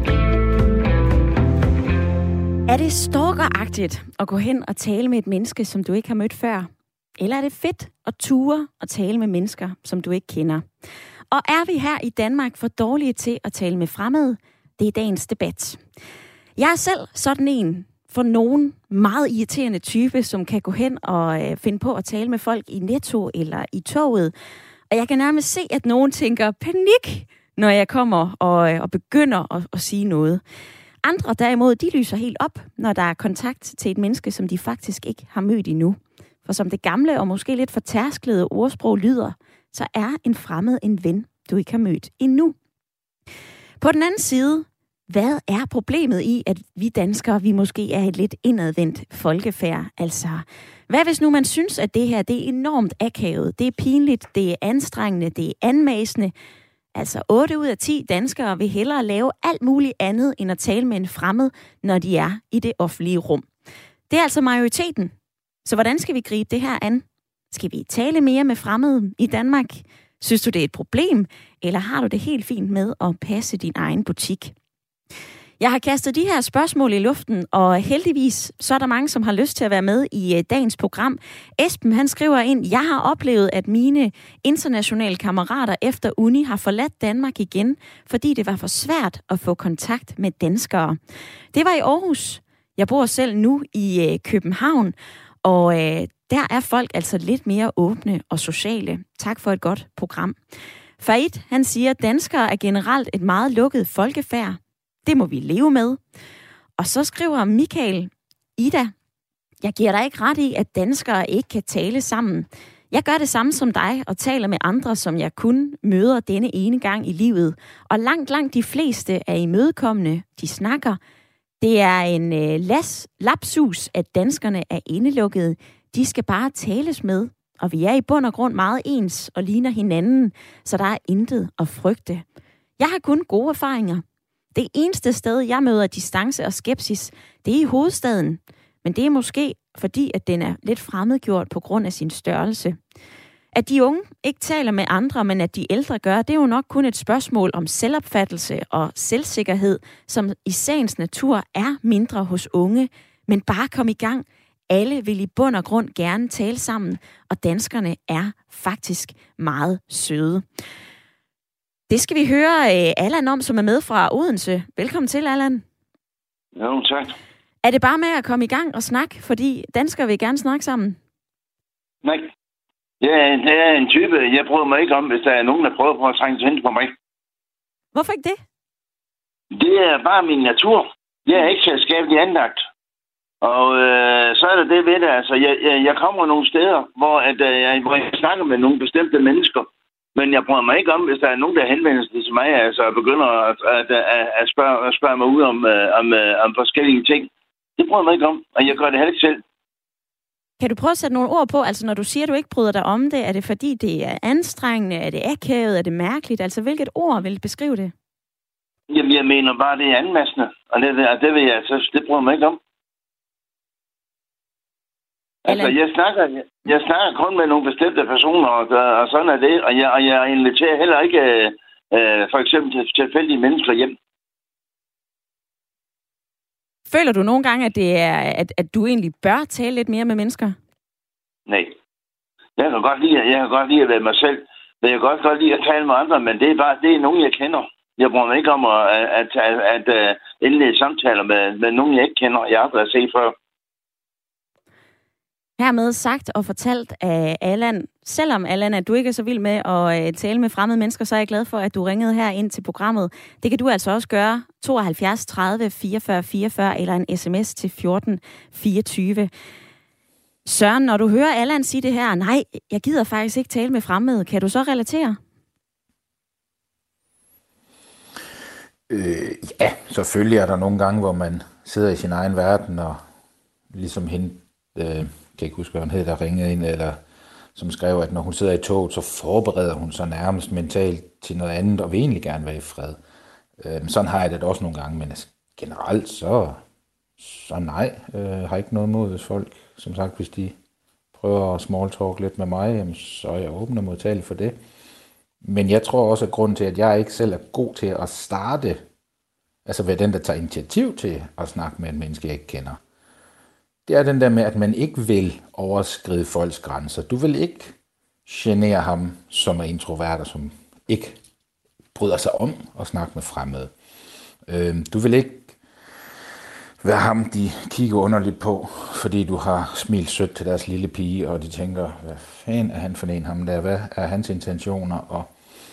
Er det stalkeragtigt at gå hen og tale med et menneske, som du ikke har mødt før? Eller er det fedt at ture og tale med mennesker, som du ikke kender? Og er vi her i Danmark for dårlige til at tale med fremmede? Det er dagens debat. Jeg er selv sådan en for nogen meget irriterende type, som kan gå hen og øh, finde på at tale med folk i Netto eller i toget. Og jeg kan nærmest se, at nogen tænker panik, når jeg kommer og, øh, og begynder at, at sige noget. Andre derimod, de lyser helt op, når der er kontakt til et menneske, som de faktisk ikke har mødt endnu. For som det gamle og måske lidt fortærsklede ordsprog lyder, så er en fremmed en ven, du ikke har mødt endnu. På den anden side, hvad er problemet i, at vi danskere, vi måske er et lidt indadvendt folkefærd? Altså, hvad hvis nu man synes, at det her, det er enormt akavet, det er pinligt, det er anstrengende, det er anmasende? Altså, otte ud af ti danskere vil hellere lave alt muligt andet, end at tale med en fremmed, når de er i det offentlige rum. Det er altså majoriteten. Så hvordan skal vi gribe det her an? Skal vi tale mere med fremmede i Danmark? Synes du, det er et problem? Eller har du det helt fint med at passe din egen butik? Jeg har kastet de her spørgsmål i luften, og heldigvis så er der mange, som har lyst til at være med i dagens program. Esben, han skriver ind, jeg har oplevet, at mine internationale kammerater efter uni har forladt Danmark igen, fordi det var for svært at få kontakt med danskere. Det var i Aarhus. Jeg bor selv nu i København, og øh, der er folk altså lidt mere åbne og sociale. Tak for et godt program. Farid, han siger, at danskere er generelt et meget lukket folkefærd. Det må vi leve med. Og så skriver Michael, Ida, jeg giver dig ikke ret i, at danskere ikke kan tale sammen. Jeg gør det samme som dig og taler med andre, som jeg kun møder denne ene gang i livet. Og langt, langt de fleste er imødekommende. De snakker. Det er en øh, las, lapsus, at danskerne er indelukkede. De skal bare tales med. Og vi er i bund og grund meget ens og ligner hinanden, så der er intet at frygte. Jeg har kun gode erfaringer. Det eneste sted, jeg møder distance og skepsis, det er i hovedstaden. Men det er måske fordi, at den er lidt fremmedgjort på grund af sin størrelse. At de unge ikke taler med andre, men at de ældre gør, det er jo nok kun et spørgsmål om selvopfattelse og selvsikkerhed, som i sagens natur er mindre hos unge. Men bare kom i gang. Alle vil i bund og grund gerne tale sammen, og danskerne er faktisk meget søde. Det skal vi høre Allan om, som er med fra Odense. Velkommen til, Allan. Jo, tak. Er det bare med at komme i gang og snakke, fordi danskere vil gerne snakke sammen? Nej. Ja, det er en type, jeg prøver mig ikke om, hvis der er nogen, der prøver på at trænge hen på mig. Hvorfor ikke det? Det er bare min natur. Jeg er ikke selskabelig anlagt. Og øh, så er der det ved det, altså, jeg, jeg, jeg kommer nogle steder, hvor, at, øh, hvor jeg snakker med nogle bestemte mennesker, men jeg prøver mig ikke om, hvis der er nogen, der henvender sig til mig, altså begynder at, at, at, at, spørge, at spørge mig ud om, om, om forskellige ting. Det prøver jeg mig ikke om, og jeg gør det heller ikke selv. Kan du prøve at sætte nogle ord på, altså når du siger, at du ikke bryder dig om det, er det fordi, det er anstrengende, er det akavet, er det mærkeligt? Altså hvilket ord vil beskrive det? Jamen jeg mener bare, det er anmassende, og det, det vil jeg, altså, det prøver jeg mig ikke om. Altså, jeg snakker, jeg, jeg snakker kun med nogle bestemte personer, og, og sådan er det. Og jeg, og jeg inviterer heller ikke øh, for eksempel til tilfældige mennesker hjem. Føler du nogle gange, at, det er, at, at du egentlig bør tale lidt mere med mennesker? Nej. Jeg kan godt lide, jeg kan godt lide at være mig selv. Men jeg kan godt, godt lide at tale med andre, men det er bare det er nogen, jeg kender. Jeg bruger mig ikke om at, at, at, at, at indlede samtaler med, med nogen, jeg ikke kender. Jeg har aldrig set før. Hermed sagt og fortalt af Allan. Selvom, Allan, at du ikke er så vild med at tale med fremmede mennesker, så er jeg glad for, at du ringede her ind til programmet. Det kan du altså også gøre. tooghalvfjerds tredive fireogfyrre fireogfyrre eller en sms til fjorten fireogtyve. Søren, når du hører Allan sige det her, nej, jeg gider faktisk ikke tale med fremmede. Kan du så relatere? Øh, ja, selvfølgelig er der nogle gange, hvor man sidder i sin egen verden og ligesom hende... Øh, jeg kan ikke huske, hvad hun hed, der ringede ind, eller som skrev, at når hun sidder i toget, så forbereder hun sig nærmest mentalt til noget andet, og vil egentlig gerne være i fred. Øh, sådan har jeg det også nogle gange, men altså, generelt så, så nej, øh, har ikke noget mod, hvis folk, som sagt, hvis de prøver at small talk lidt med mig, jamen, så er jeg åben og modtagelig for det. Men jeg tror også, at grunden til, at jeg ikke selv er god til at starte, altså være den, der tager initiativ til at snakke med en menneske, jeg ikke kender, det er den der med, at man ikke vil overskride folks grænser. Du vil ikke genere ham, som er introvert og som ikke bryder sig om at snakke med fremmede. Du vil ikke være ham, de kigger underligt på, fordi du har smilt sødt til deres lille pige, og de tænker, hvad fanden er han for en ham der? Hvad er hans intentioner? Og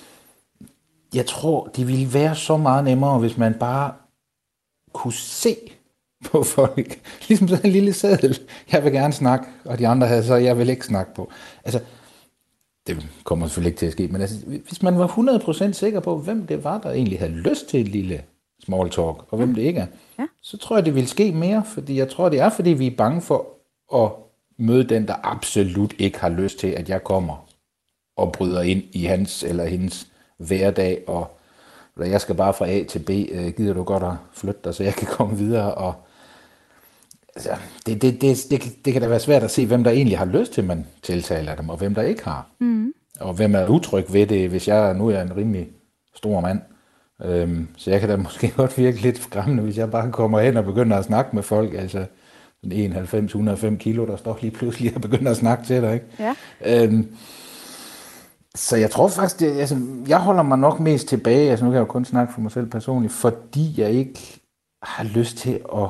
jeg tror, det ville være så meget nemmere, hvis man bare kunne se på folk. Ligesom sådan en lille seddel. Jeg vil gerne snakke, og de andre havde så, jeg vil ikke snakke på. Altså, det kommer selvfølgelig ikke til at ske, men altså, hvis man var hundrede procent sikker på, hvem det var, der egentlig havde lyst til et lille small talk, og hvem det ikke er, ja. Så tror jeg, det vil ske mere, fordi jeg tror, det er, fordi vi er bange for at møde den, der absolut ikke har lyst til, at jeg kommer og bryder ind i hans eller hendes hverdag, og jeg skal bare fra A til B, gider du godt at flytte dig, så jeg kan komme videre, og altså, det, det, det, det, det kan da være svært at se, hvem der egentlig har lyst til, at man tiltaler dem, og hvem der ikke har. Mm. Og hvem er utryg ved det, hvis jeg nu er en rimelig stor mand. Øhm, så jeg kan da måske godt virke lidt skræmmende, hvis jeg bare kommer hen og begynder at snakke med folk, altså enoghalvfems til hundrede og fem kilo, der står lige pludselig og begynder at snakke til dig, ikke? Ja. Øhm, så jeg tror faktisk, det, altså, jeg holder mig nok mest tilbage, altså nu kan jeg jo kun snakke for mig selv personligt, fordi jeg ikke har lyst til at,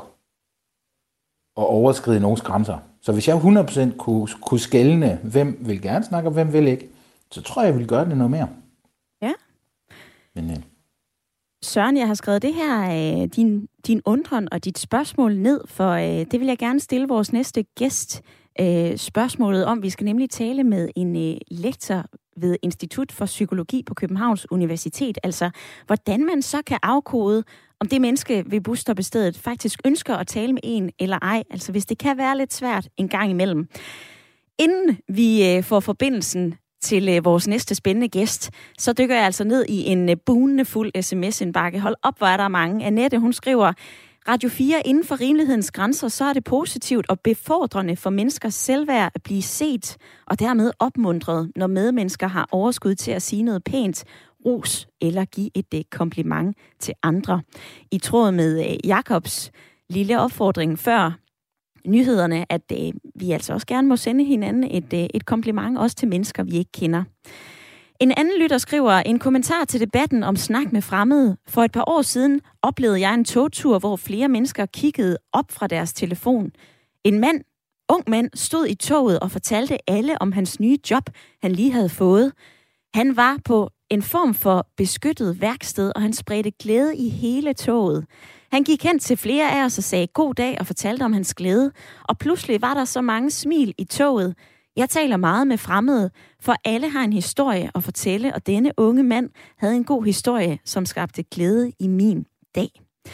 at overskride nogens grænser. Så hvis jeg hundrede procent kunne, kunne skelne, hvem vil gerne snakke, og hvem vil ikke, så tror jeg, jeg vil gøre det noget mere. Ja. Men, øh, Søren, jeg har skrevet det her, øh, din, din undren og dit spørgsmål ned, for øh, det vil jeg gerne stille vores næste gæst øh, spørgsmålet om. Vi skal nemlig tale med en øh, lektor ved Institut for Psykologi på Københavns Universitet. Altså, hvordan man så kan afkode, om det menneske ved busstoppestedet faktisk ønsker at tale med en eller ej. Altså, hvis det kan være lidt svært en gang imellem. Inden vi øh, får forbindelsen til øh, vores næste spændende gæst, så dykker jeg altså ned i en øh, bunende fuld sms-indbakke. Hold op, hvor er der mange. Annette, hun skriver, Radio fire, inden for rimelighedens grænser, så er det positivt og befordrende for menneskers selvværd at blive set og dermed opmuntret, når medmennesker har overskud til at sige noget pænt, ros eller give et øh, kompliment til andre. I tråd med øh, Jakobs lille opfordring før nyhederne, at øh, vi altså også gerne må sende hinanden et, øh, et kompliment, også til mennesker, vi ikke kender. En anden lytter skriver en kommentar til debatten om snak med fremmede. For et par år siden oplevede jeg en togtur, hvor flere mennesker kiggede op fra deres telefon. En mand, ung mand, stod i toget og fortalte alle om hans nye job, han lige havde fået. Han var på en form for beskyttet værksted, og han spredte glæde i hele toget. Han gik hen til flere af os og sagde god dag og fortalte om hans glæde. Og pludselig var der så mange smil i toget. Jeg taler meget med fremmede, for alle har en historie at fortælle, og denne unge mand havde en god historie, som skabte glæde i min dag.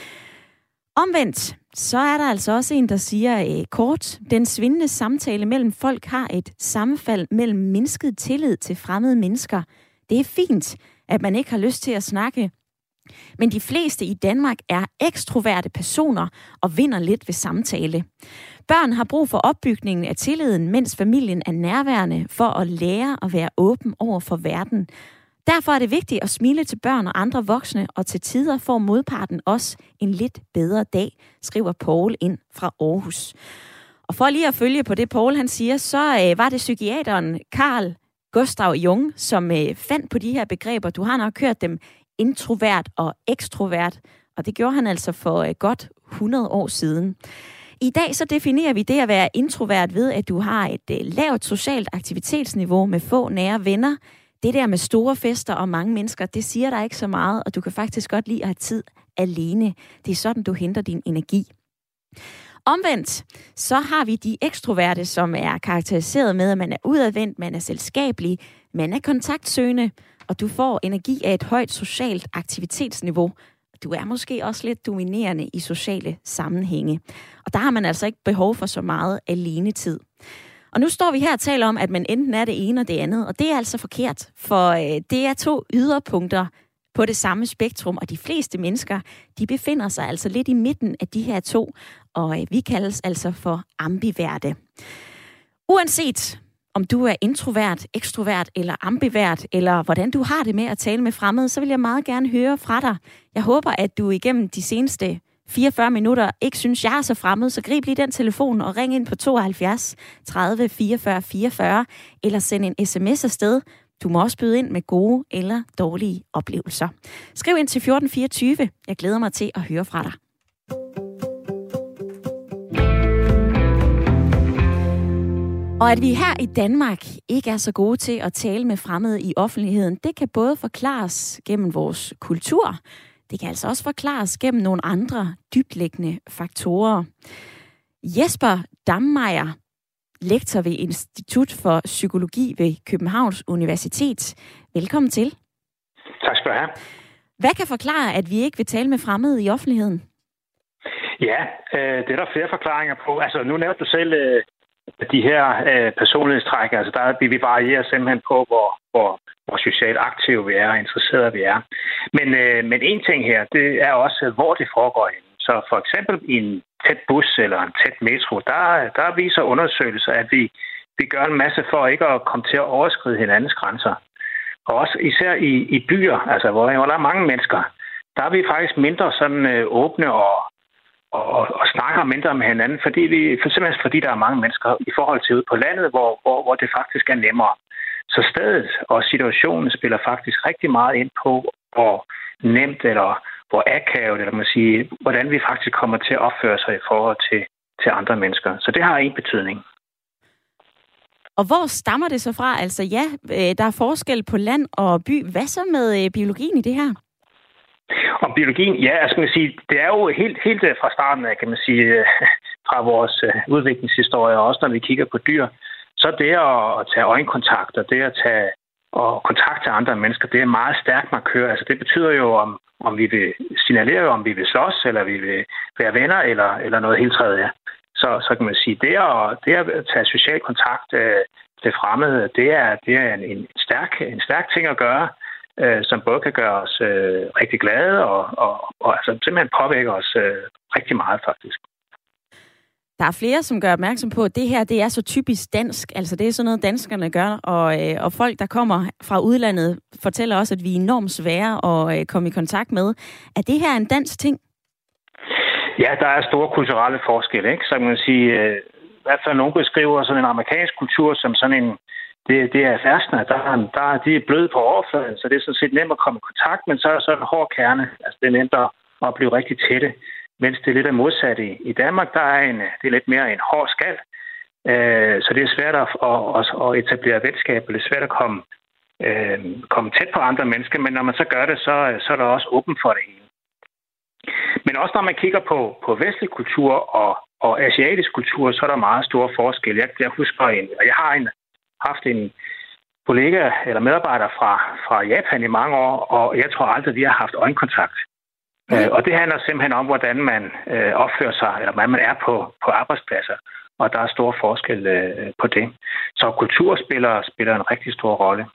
Omvendt, så er der altså også en, der siger øh, kort, den svindende samtale mellem folk har et sammenfald mellem mindsket tillid til fremmede mennesker. Det er fint, at man ikke har lyst til at snakke, men de fleste i Danmark er ekstroverte personer og vinder lidt ved samtale. Børn har brug for opbygningen af tilliden, mens familien er nærværende for at lære at være åben over for verden. Derfor er det vigtigt at smile til børn og andre voksne, og til tider får modparten også en lidt bedre dag, skriver Paul ind fra Aarhus. Og for lige at følge på det, Paul han siger, så øh, var det psykiateren Carl Gustav Jung, som øh, fandt på de her begreber. Du har nok hørt dem, introvert og ekstrovert, og det gjorde han altså for øh, godt hundrede år siden. I dag så definerer vi det at være introvert ved, at du har et øh, lavt socialt aktivitetsniveau med få nære venner. Det der med store fester og mange mennesker, det siger dig ikke så meget, og du kan faktisk godt lide at have tid alene. Det er sådan, du henter din energi. Omvendt, så har vi de ekstroverte, som er karakteriseret med, at man er udadvendt, man er selskabelig, man er kontaktsøgende, og du får energi af et højt socialt aktivitetsniveau. Du er måske også lidt dominerende i sociale sammenhænge. Og der har man altså ikke behov for så meget alenetid. Og nu står vi her og taler om, at man enten er det ene og det andet, og det er altså forkert, for øh, det er to yderpunkter på det samme spektrum, og de fleste mennesker, de befinder sig altså lidt i midten af de her to, og øh, vi kaldes altså for ambiverte. Uanset om du er introvert, ekstrovert eller ambivert, eller hvordan du har det med at tale med fremmede, så vil jeg meget gerne høre fra dig. Jeg håber, at du igennem de seneste fireogfyrre minutter ikke synes, jeg er så fremmed, så grib lige den telefon og ring ind på tooghalvfjerds tredive fireogfyrre fireogfyrre, eller send en sms afsted. Du må også byde ind med gode eller dårlige oplevelser. Skriv ind til fjorten fireogtyve. Jeg glæder mig til at høre fra dig. Og at vi her i Danmark ikke er så gode til at tale med fremmede i offentligheden, det kan både forklares gennem vores kultur, det kan altså også forklares gennem nogle andre dybtliggende faktorer. Jesper Dammeyer, lektor ved Institut for Psykologi ved Københavns Universitet. Velkommen til. Tak skal du have. Hvad kan forklare, at vi ikke vil tale med fremmede i offentligheden? Ja, øh, det er der flere forklaringer på. Altså, nu nævnte du selv øh, de her øh, personlighedstræk. Altså, der vi varierer simpelthen på, hvor, hvor, hvor socialt aktive vi er og interesserede vi er. Men, øh, men en ting her, det er også, hvor det foregår hen. Så for eksempel i en tæt bus eller en tæt metro, der, der viser undersøgelser, at vi, vi gør en masse for ikke at komme til at overskride hinandens grænser. Og også især i, i byer, altså hvor, hvor der er mange mennesker, der er vi faktisk mindre sådan øh, åbne og, og, og snakker mindre med hinanden, fordi vi, for simpelthen fordi der er mange mennesker i forhold til ude på landet, hvor, hvor, hvor det faktisk er nemmere. Så stedet og situationen spiller faktisk rigtig meget ind på, hvor nemt eller hvor akavet, eller man sige, hvordan vi faktisk kommer til at opføre sig i forhold til, til andre mennesker. Så det har en betydning. Og hvor stammer det så fra? Altså ja, der er forskel på land og by. Hvad så med biologien i det her? Om biologien? Ja, altså, kan man sige, det er jo helt, helt fra starten af, kan man sige, fra vores udviklingshistorie, også når vi kigger på dyr, så det at tage øjenkontakt og det at tage og kontakt til andre mennesker, det er meget stærkt markør. Altså det betyder jo, om, om vi vil signalere, om vi vil slås, eller vi vil være venner, eller, eller noget helt tredje. Så, så kan man sige, det at, det at tage social kontakt øh, til fremmede, det er, det er en, en, stærk, en stærk ting at gøre, øh, som både kan gøre os øh, rigtig glade, og, og, og altså, simpelthen påvirke os øh, rigtig meget faktisk. Der er flere, som gør opmærksom på, at det her det er så typisk dansk. Altså det er sådan noget, danskerne gør. Og, øh, og folk, der kommer fra udlandet, fortæller også, at vi er enormt svære at øh, komme i kontakt med. Er det her en dansk ting? Ja, der er store kulturelle forskelle, ikke? Så kan man sige, øh, i hvert fald nogen beskriver sådan en amerikansk kultur som sådan en, det, det er færdsende. Der, der, de er bløde på overfladen, så det er sådan set nemt at komme i kontakt, men så er der sådan en hård kerne. Altså det er nemt at, at blive rigtig tætte. Mens det er lidt af modsat i, i Danmark, der er en, det er lidt mere en hård skal. Øh, så det er svært at, at, at etablere venskab, og det er svært at komme, øh, komme tæt på andre mennesker, men når man så gør det, så, så er der også åben for det hele. Men også når man kigger på, på vestlig kultur og, og asiatisk kultur, så er der meget store forskelle. Jeg, jeg husker en, og jeg har en, haft en kollega eller medarbejder fra, fra Japan i mange år, og jeg tror aldrig, vi har haft øjenkontakt. Mm. Og det handler simpelthen om, hvordan man øh, opfører sig, eller hvordan man er på, på arbejdspladser. Og der er store forskel øh, på det. Så kultur spiller, spiller en rigtig stor rolle.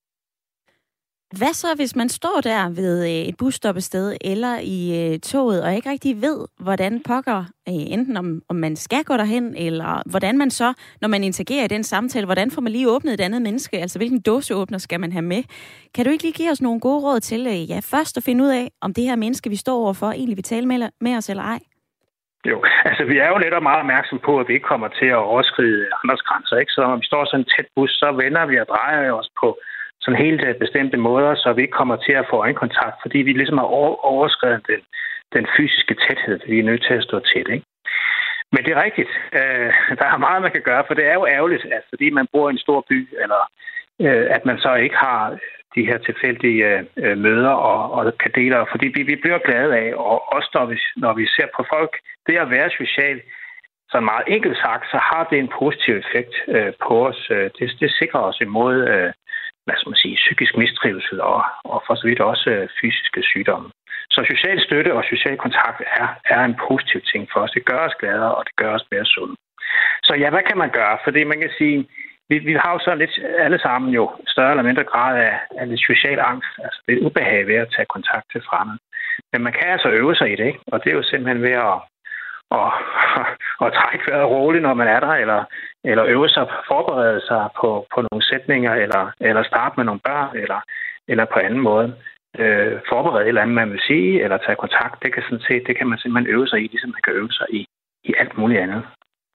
Hvad så, hvis man står der ved et busstoppested eller i øh, toget, og ikke rigtig ved, hvordan pokker, øh, enten om, om man skal gå derhen, eller hvordan man så, når man interagerer i den samtale, hvordan får man lige åbnet et andet menneske? Altså, hvilken dåseåbner skal man have med? Kan du ikke lige give os nogle gode råd til, øh, ja, først at finde ud af, om det her menneske, vi står overfor, egentlig vil tale med, med os eller ej? Jo, altså vi er jo netop meget opmærksom på, at vi ikke kommer til at overskride andres grænser, ikke? Så når vi står sådan en tæt bus, så vender vi og drejer os på sådan helt bestemte måder, så vi ikke kommer til at få øjenkontakt, fordi vi ligesom har overskredet den, den fysiske tæthed, vi er nødt til at stå tæt, ikke? Men det er rigtigt. Øh, der er meget, man kan gøre, for det er jo ærgerligt, at fordi man bor i en stor by, eller øh, at man så ikke har de her tilfældige øh, møder og, og kan dele, fordi vi, vi bliver glade af, og også når vi, når vi ser på folk, det at være social, så meget enkelt sagt, så har det en positiv effekt øh, på os. Det, det sikrer os imod øh, hvad skal man sige, psykisk mistrivsel og, og for så vidt også øh, fysiske sygdomme. Så social støtte og social kontakt er, er en positiv ting for os. Det gør os gladere, og det gør os mere sunde. Så så ja, hvad kan man gøre? Fordi man kan sige, vi, vi har jo så lidt alle sammen jo større eller mindre grad af, af lidt social angst. Altså det er ubehag ved at tage kontakt til fremmede. Men man kan altså øve sig i det, ikke? Og det er jo simpelthen ved at, at, at, at trække vejret roligt, når man er der, eller, eller øve sig, forberede sig på, på nogle sætninger, eller, eller starte med nogle børn, eller, eller på anden måde. Øh, forberede et eller andet, man vil sige, eller tage kontakt. Det kan, sådan set, det kan man simpelthen øve sig i, ligesom man kan øve sig i, i alt muligt andet.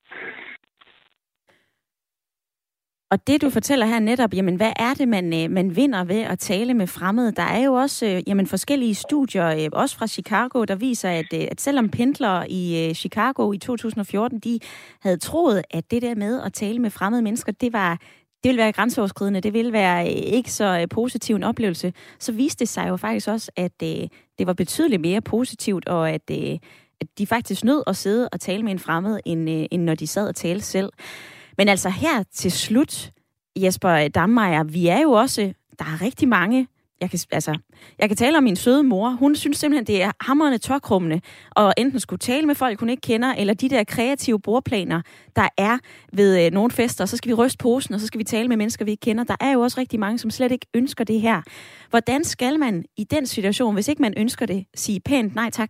Og det, du fortæller her netop, jamen, hvad er det, man, man vinder ved at tale med fremmede? Der er jo også jamen, forskellige studier, også fra Chicago, der viser, at, at selvom pendlere i Chicago i to tusind og fjorten, de havde troet, at det der med at tale med fremmede mennesker, det var... det ville være grænseoverskridende, det ville være ikke så positiv en oplevelse, så viste det sig jo faktisk også, at øh, det var betydeligt mere positivt, og at, øh, at de faktisk nød at sidde og tale med en fremmed, end, øh, end når de sad og talte selv. Men altså her til slut, Jesper Dammeyer, vi er jo også, der er rigtig mange, jeg kan, altså, jeg kan tale om min søde mor, hun synes simpelthen, det er hamrende tørkrummende, og enten skulle tale med folk, hun ikke kender, eller de der kreative bordplaner, der er ved øh, nogle fester, så skal vi ryste posen, og så skal vi tale med mennesker, vi ikke kender. Der er jo også rigtig mange, som slet ikke ønsker det her. Hvordan skal man i den situation, hvis ikke man ønsker det, sige pænt nej tak?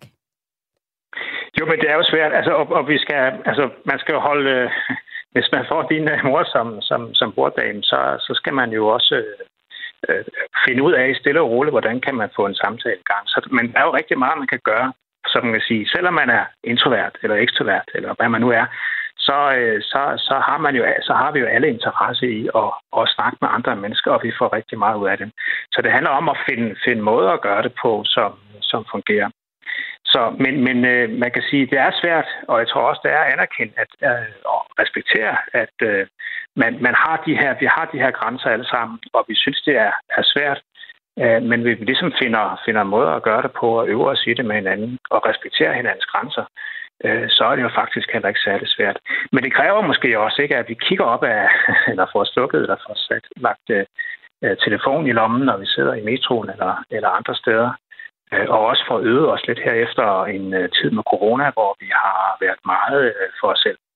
Jo, men det er jo svært, altså, og, og vi skal, altså, man skal jo holde, øh, hvis man får din øh, mor som, som, som borddame, så, så skal man jo også... Øh, finde ud af stille og roligt, hvordan kan man få en samtale i gang. Så, men der er jo rigtig meget, man kan gøre, så man kan sige, selvom man er introvert eller ekstrovert, eller hvad man nu er, så, så, så, har, man jo, så har vi jo alle interesse i at, at snakke med andre mennesker, og vi får rigtig meget ud af det. Så det handler om at finde, finde måder at gøre det på, som, som fungerer. Så, men men øh, man kan sige, det er svært, og jeg tror også, det er anerkendt at, øh, at respektere, at øh, man, man har de her, vi har de her grænser alle sammen, og vi synes, det er, er svært. Øh, men vi ligesom finder, finder måder at gøre det på, og øve os i det med hinanden, og respektere hinandens grænser, øh, så er det jo faktisk heller ikke særlig svært. Men det kræver måske også ikke, at vi kigger op af, eller får slukket, eller får sat, lagt øh, telefonen i lommen, når vi sidder i metroen eller, eller andre steder. Og også for at øve os lidt her efter en uh, tid med corona, hvor vi har været meget uh, for os selv.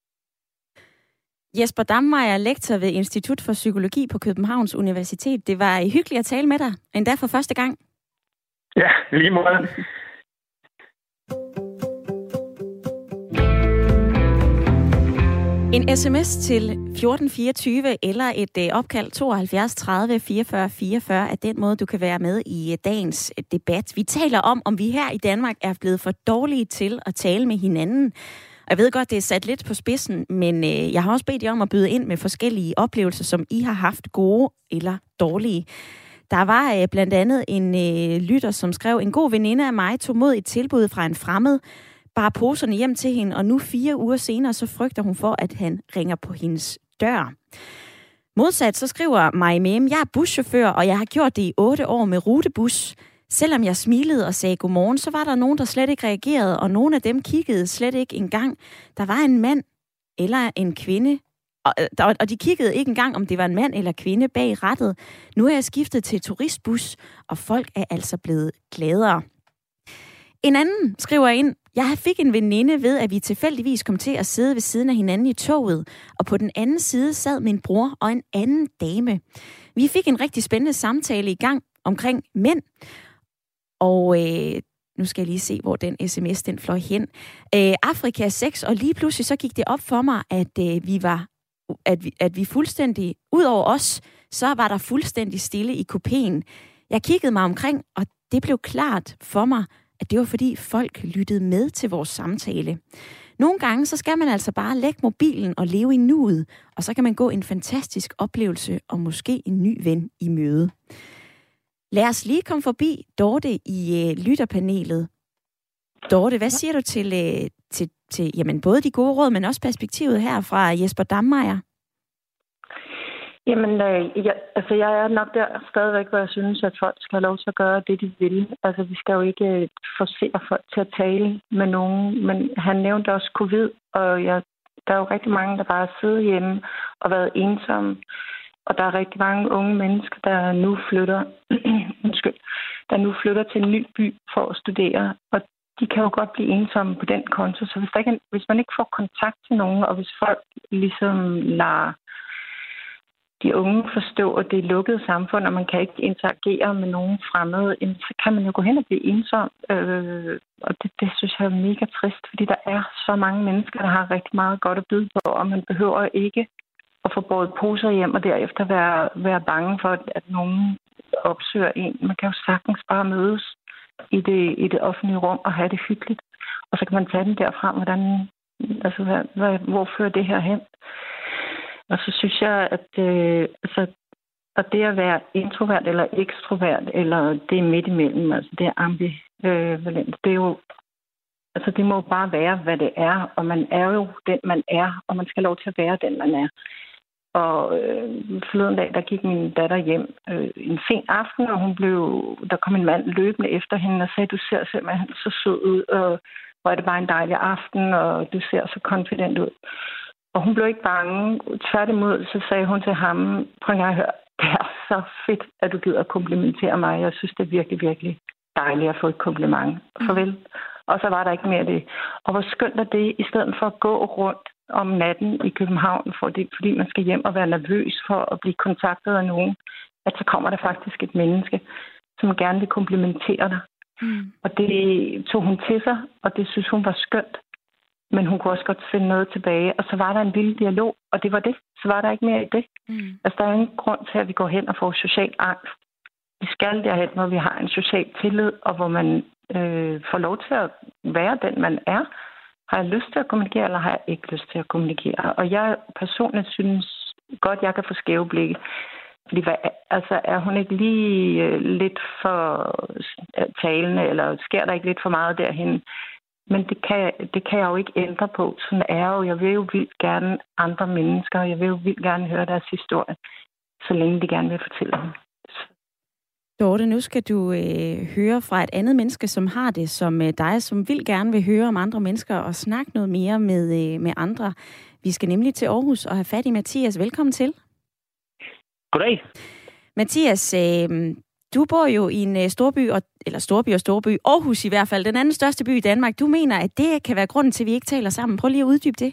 Jesper Dammeyer, lektor ved Institut for Psykologi på Københavns Universitet. Det var hyggeligt at tale med dig, endda for første gang. Ja, lige måde. En sms til fjorten fireogtyve eller et øh, opkald tooghalvfjerds tredive fireogfyrre fireogfyrre er den måde, du kan være med i øh, dagens øh, debat. Vi taler om, om vi her i Danmark er blevet for dårlige til at tale med hinanden. Og jeg ved godt, det er sat lidt på spidsen, men øh, jeg har også bedt jer om at byde ind med forskellige oplevelser, som I har haft gode eller dårlige. Der var øh, blandt andet en øh, lytter, som skrev, en god veninde af mig tog mod et tilbud fra en fremmed, bare poserne hjem til hende, og nu fire uger senere, så frygter hun for, at han ringer på hendes dør. Modsat, så skriver Maja Mem, jeg er buschauffør, og jeg har gjort det i otte år med rutebus. Selvom jeg smilede og sagde godmorgen, så var der nogen, der slet ikke reagerede, og nogle af dem kiggede slet ikke engang. Der var en mand eller en kvinde, og, og de kiggede ikke engang, om det var en mand eller kvinde bag rattet. Nu er jeg skiftet til turistbus, og folk er altså blevet gladere. En anden skriver ind, jeg fik en veninde ved, at vi tilfældigvis kom til at sidde ved siden af hinanden i toget, og på den anden side sad min bror og en anden dame. Vi fik en rigtig spændende samtale i gang omkring mænd, og øh, nu skal jeg lige se, hvor den sms den fløj hen. Øh, Afrika seks, og lige pludselig så gik det op for mig, at øh, vi var, at vi, at vi fuldstændig, ud over os, så var der fuldstændig stille i kupéen. Jeg kiggede mig omkring, og det blev klart for mig, at det var fordi folk lyttede med til vores samtale. Nogle gange så skal man altså bare lægge mobilen og leve i nuet, og så kan man gå en fantastisk oplevelse og måske en ny ven i møde. Lad os lige komme forbi Dorte i øh, lytterpanelet. Dorte, hvad siger du til, øh, til, til jamen, både de gode råd, men også perspektivet her fra Jesper Dammeyer? Jamen, øh, jeg, altså jeg er nok der stadigvæk, hvor jeg synes, at folk skal have lov til at gøre det, de vil. Altså, vi skal jo ikke øh, forcere folk til at tale med nogen, men han nævnte også covid, og jeg, der er jo rigtig mange, der bare sidder hjemme og været ensomme. Og der er rigtig mange unge mennesker, der nu flytter, undskyld, der nu flytter til en ny by for at studere. Og de kan jo godt blive ensomme på den konto. Så hvis, der ikke, hvis man ikke får kontakt til nogen, og hvis folk ligesom lader de unge forstå, at det er et lukket samfund, og man kan ikke interagere med nogen fremmede, så kan man jo gå hen og blive ensom. Øh, og det, det synes jeg er mega trist, fordi der er så mange mennesker, der har rigtig meget godt at byde på, og man behøver ikke at få båret poser hjem, og derefter være, være bange for, at nogen opsøger en. Man kan jo sagtens bare mødes i det, i det offentlige rum og have det hyggeligt. Og så kan man tage den derfra, hvordan, altså, hvad, hvad, hvor fører det her hen? Og så synes jeg, at øh, altså, at det at være introvert eller ekstrovert, eller det er midt imellem, altså det er ambivalent, det er jo, altså det må bare være, hvad det er, og man er jo den, man er, og man skal have lov til at være den, man er. Og øh, forleden dag, der gik min datter hjem øh, en sen aften, og hun blev, der kom en mand løbende efter hende og sagde, du ser simpelthen så sød ud, og hvor er det bare en dejlig aften, og du ser så confident ud. Og hun blev ikke bange. Tværtimod, så sagde hun til ham, prøv at høre, det er så fedt, at du gider at komplimentere mig. Jeg synes, det er virkelig, virkelig dejligt at få et kompliment. Farvel. Og så var der ikke mere det. Og hvor skønt er det, i stedet for at gå rundt om natten i København, fordi, fordi man skal hjem og være nervøs for at blive kontaktet af nogen, at så kommer der faktisk et menneske, som gerne vil komplimentere dig. Mm. Og det tog hun til sig, og det synes hun var skønt. Men hun kunne også godt finde noget tilbage. Og så var der en lille dialog, og det var det. Så var der ikke mere i det. Mm. Altså, der er ingen grund til, at vi går hen og får social angst. Vi skal derhen, hvor vi har en social tillid, og hvor man øh, får lov til at være den, man er. Har jeg lyst til at kommunikere, eller har jeg ikke lyst til at kommunikere? Og jeg personligt synes godt, jeg kan få skæve blikke. Fordi hvad, altså, er hun ikke lige øh, lidt for talende, eller sker der ikke lidt for meget derhen? Men det kan, det kan jeg jo ikke ændre på. Sådan er jo. Jeg vil jo vildt gerne andre mennesker, og jeg vil jo vildt gerne høre deres historie, så længe de gerne vil fortælle dem. Dorte, nu skal du øh, høre fra et andet menneske, som har det som øh, dig, som vil gerne vil høre om andre mennesker og snakke noget mere med, øh, med andre. Vi skal nemlig til Aarhus og have fat i Mathias. Velkommen til. Goddag. Mathias, øh, du bor jo i en storby, eller storby og storby, Aarhus i hvert fald, den anden største by i Danmark. Du mener, at det kan være grunden til, at vi ikke taler sammen. Prøv lige at uddybe det.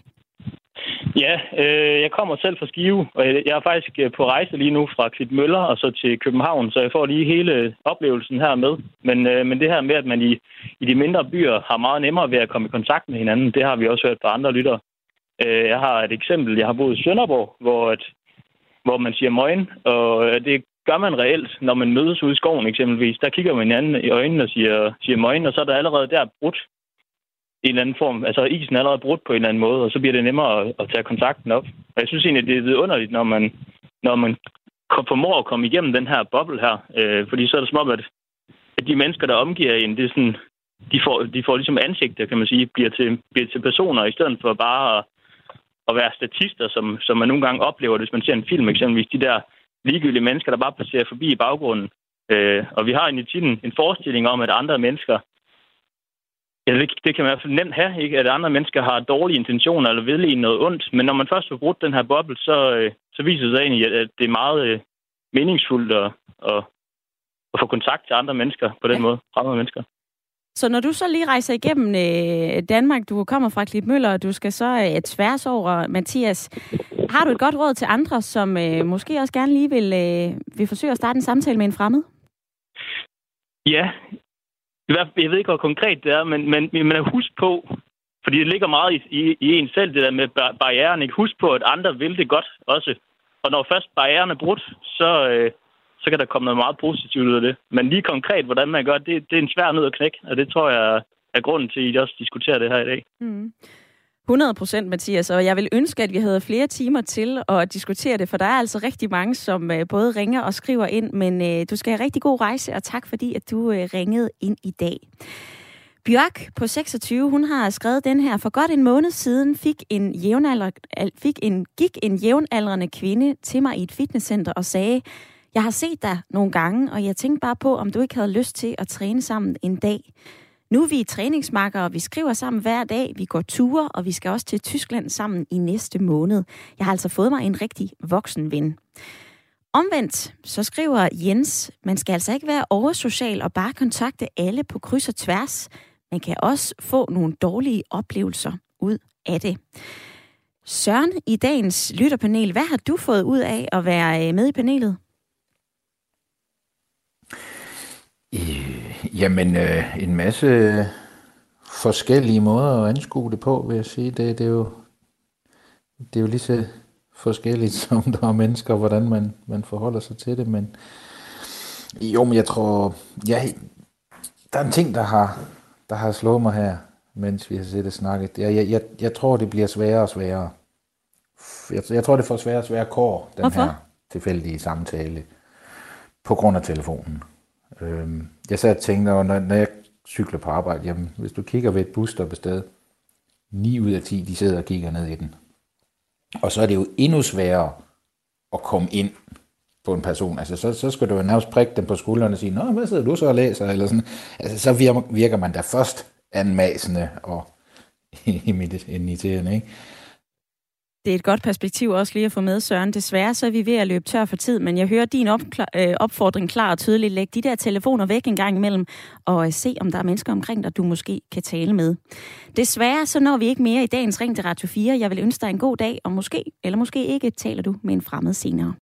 Ja, øh, jeg kommer selv fra Skive, og jeg er faktisk på rejse lige nu fra Klitmøller og så til København, så jeg får lige hele oplevelsen her med. Men, øh, men det her med, at man i, i de mindre byer har meget nemmere ved at komme i kontakt med hinanden, det har vi også hørt fra andre lyttere. Øh, jeg har et eksempel. Jeg har boet i Sønderborg, hvor, et, hvor man siger møgen, og det gør man reelt, når man mødes ude i skoven eksempelvis. Der kigger man hinanden i øjnene og siger, siger møgen, og så er der allerede der brudt i en eller anden form. Altså isen er allerede brudt på en eller anden måde, og så bliver det nemmere at, at tage kontakten op. Og jeg synes egentlig, det er vidunderligt, når man, når man formår at komme igennem den her boble her. Øh, fordi så er det som om, at, at de mennesker, der omgiver en, det er sådan, de får, de får ligesom ansigter, kan man sige, bliver til, bliver til personer, i stedet for bare at, at være statister, som, som man nogle gange oplever, hvis man ser en film eksempelvis, de der ligegyldige mennesker, der bare passerer forbi i baggrunden. Øh, og vi har egentlig tit en, en forestilling om, at andre mennesker, ja, det, det kan man i hvert fald nemt have, ikke? At andre mennesker har dårlige intentioner eller vil en noget ondt. Men når man først får brudt den her boble, så, øh, så viser det sig egentlig, at det er meget øh, meningsfuldt at, at, at få kontakt til andre mennesker på den ja. måde, fremmede mennesker. Så når du så lige rejser igennem øh, Danmark, du kommer fra Klitmøller, og du skal så øh, tværs over, Mathias, har du et godt råd til andre, som øh, måske også gerne lige vil, øh, vil forsøge at starte en samtale med en fremmed? Ja, jeg ved ikke, hvor konkret det er, men, men, men husk på, fordi det ligger meget i, i, i en selv, det der med barrieren. Ikke? Husk på, at andre vil det godt også. Og når først barrieren er brudt, så, øh, så kan der komme noget meget positivt ud af det. Men lige konkret, hvordan man gør det, det er en svær nød at knække, og det tror jeg er grunden til, at I også diskuterer det her i dag. Mm. hundrede procent, Mathias, og jeg vil ønske, at vi havde flere timer til at diskutere det, for der er altså rigtig mange, som både ringer og skriver ind, men øh, du skal have rigtig god rejse, og tak fordi, at du øh, ringede ind i dag. Bjørk på seksogtyve, hun har skrevet den her. For godt en måned siden fik en, jævnalder, fik en, gik en jævnaldrende kvinde til mig i et fitnesscenter og sagde, jeg har set dig nogle gange, og jeg tænkte bare på, om du ikke havde lyst til at træne sammen en dag. Nu er vi træningsmarkere, og vi skriver sammen hver dag, vi går ture, og vi skal også til Tyskland sammen i næste måned. Jeg har altså fået mig en rigtig voksen ven. Omvendt, så skriver Jens, man skal altså ikke være oversocial og bare kontakte alle på kryds og tværs. man kan også få nogle dårlige oplevelser ud af det. Søren, i dagens lytterpanel, hvad har du fået ud af at være med i panelet? Øh, jamen, øh, en masse forskellige måder at anskue det på, vil jeg sige. Det, det, er, jo, det er jo lige så forskelligt, som der er mennesker, hvordan man, man forholder sig til det. Men jo, men jeg tror, ja, der er en ting, der har, der har slået mig her, mens vi har siddet og snakket. Jeg, jeg, jeg, jeg tror, det bliver sværere og sværere. Jeg, jeg tror, det får sværere og sværere kår, den Hvorfor? her tilfældige samtale, på grund af telefonen. Øhm, jeg sad og tænkte, når, når jeg cykler på arbejde, jamen, hvis du kigger ved et busstop et sted, ni ud af ti, de sidder og kigger ned i den. Og så er det jo endnu sværere at komme ind på en person. Altså, så, så skal du jo nærmest prikke dem på skuldrene og sige, nå, hvad sidder du så og læser? Eller sådan. Altså, så virker, virker man da først anmasende og imiterende, ikke? Det er et godt perspektiv også lige at få med, Søren. Desværre så er vi ved at løbe tør for tid, men jeg hører din opklar- øh, opfordring klar og tydeligt. Læg de der telefoner væk en gang imellem, og se, om der er mennesker omkring dig, du måske kan tale med. Desværre så når vi ikke mere i dagens Ring til Radio fire. Jeg vil ønske dig en god dag, og måske, eller måske ikke, taler du med en fremmed senere.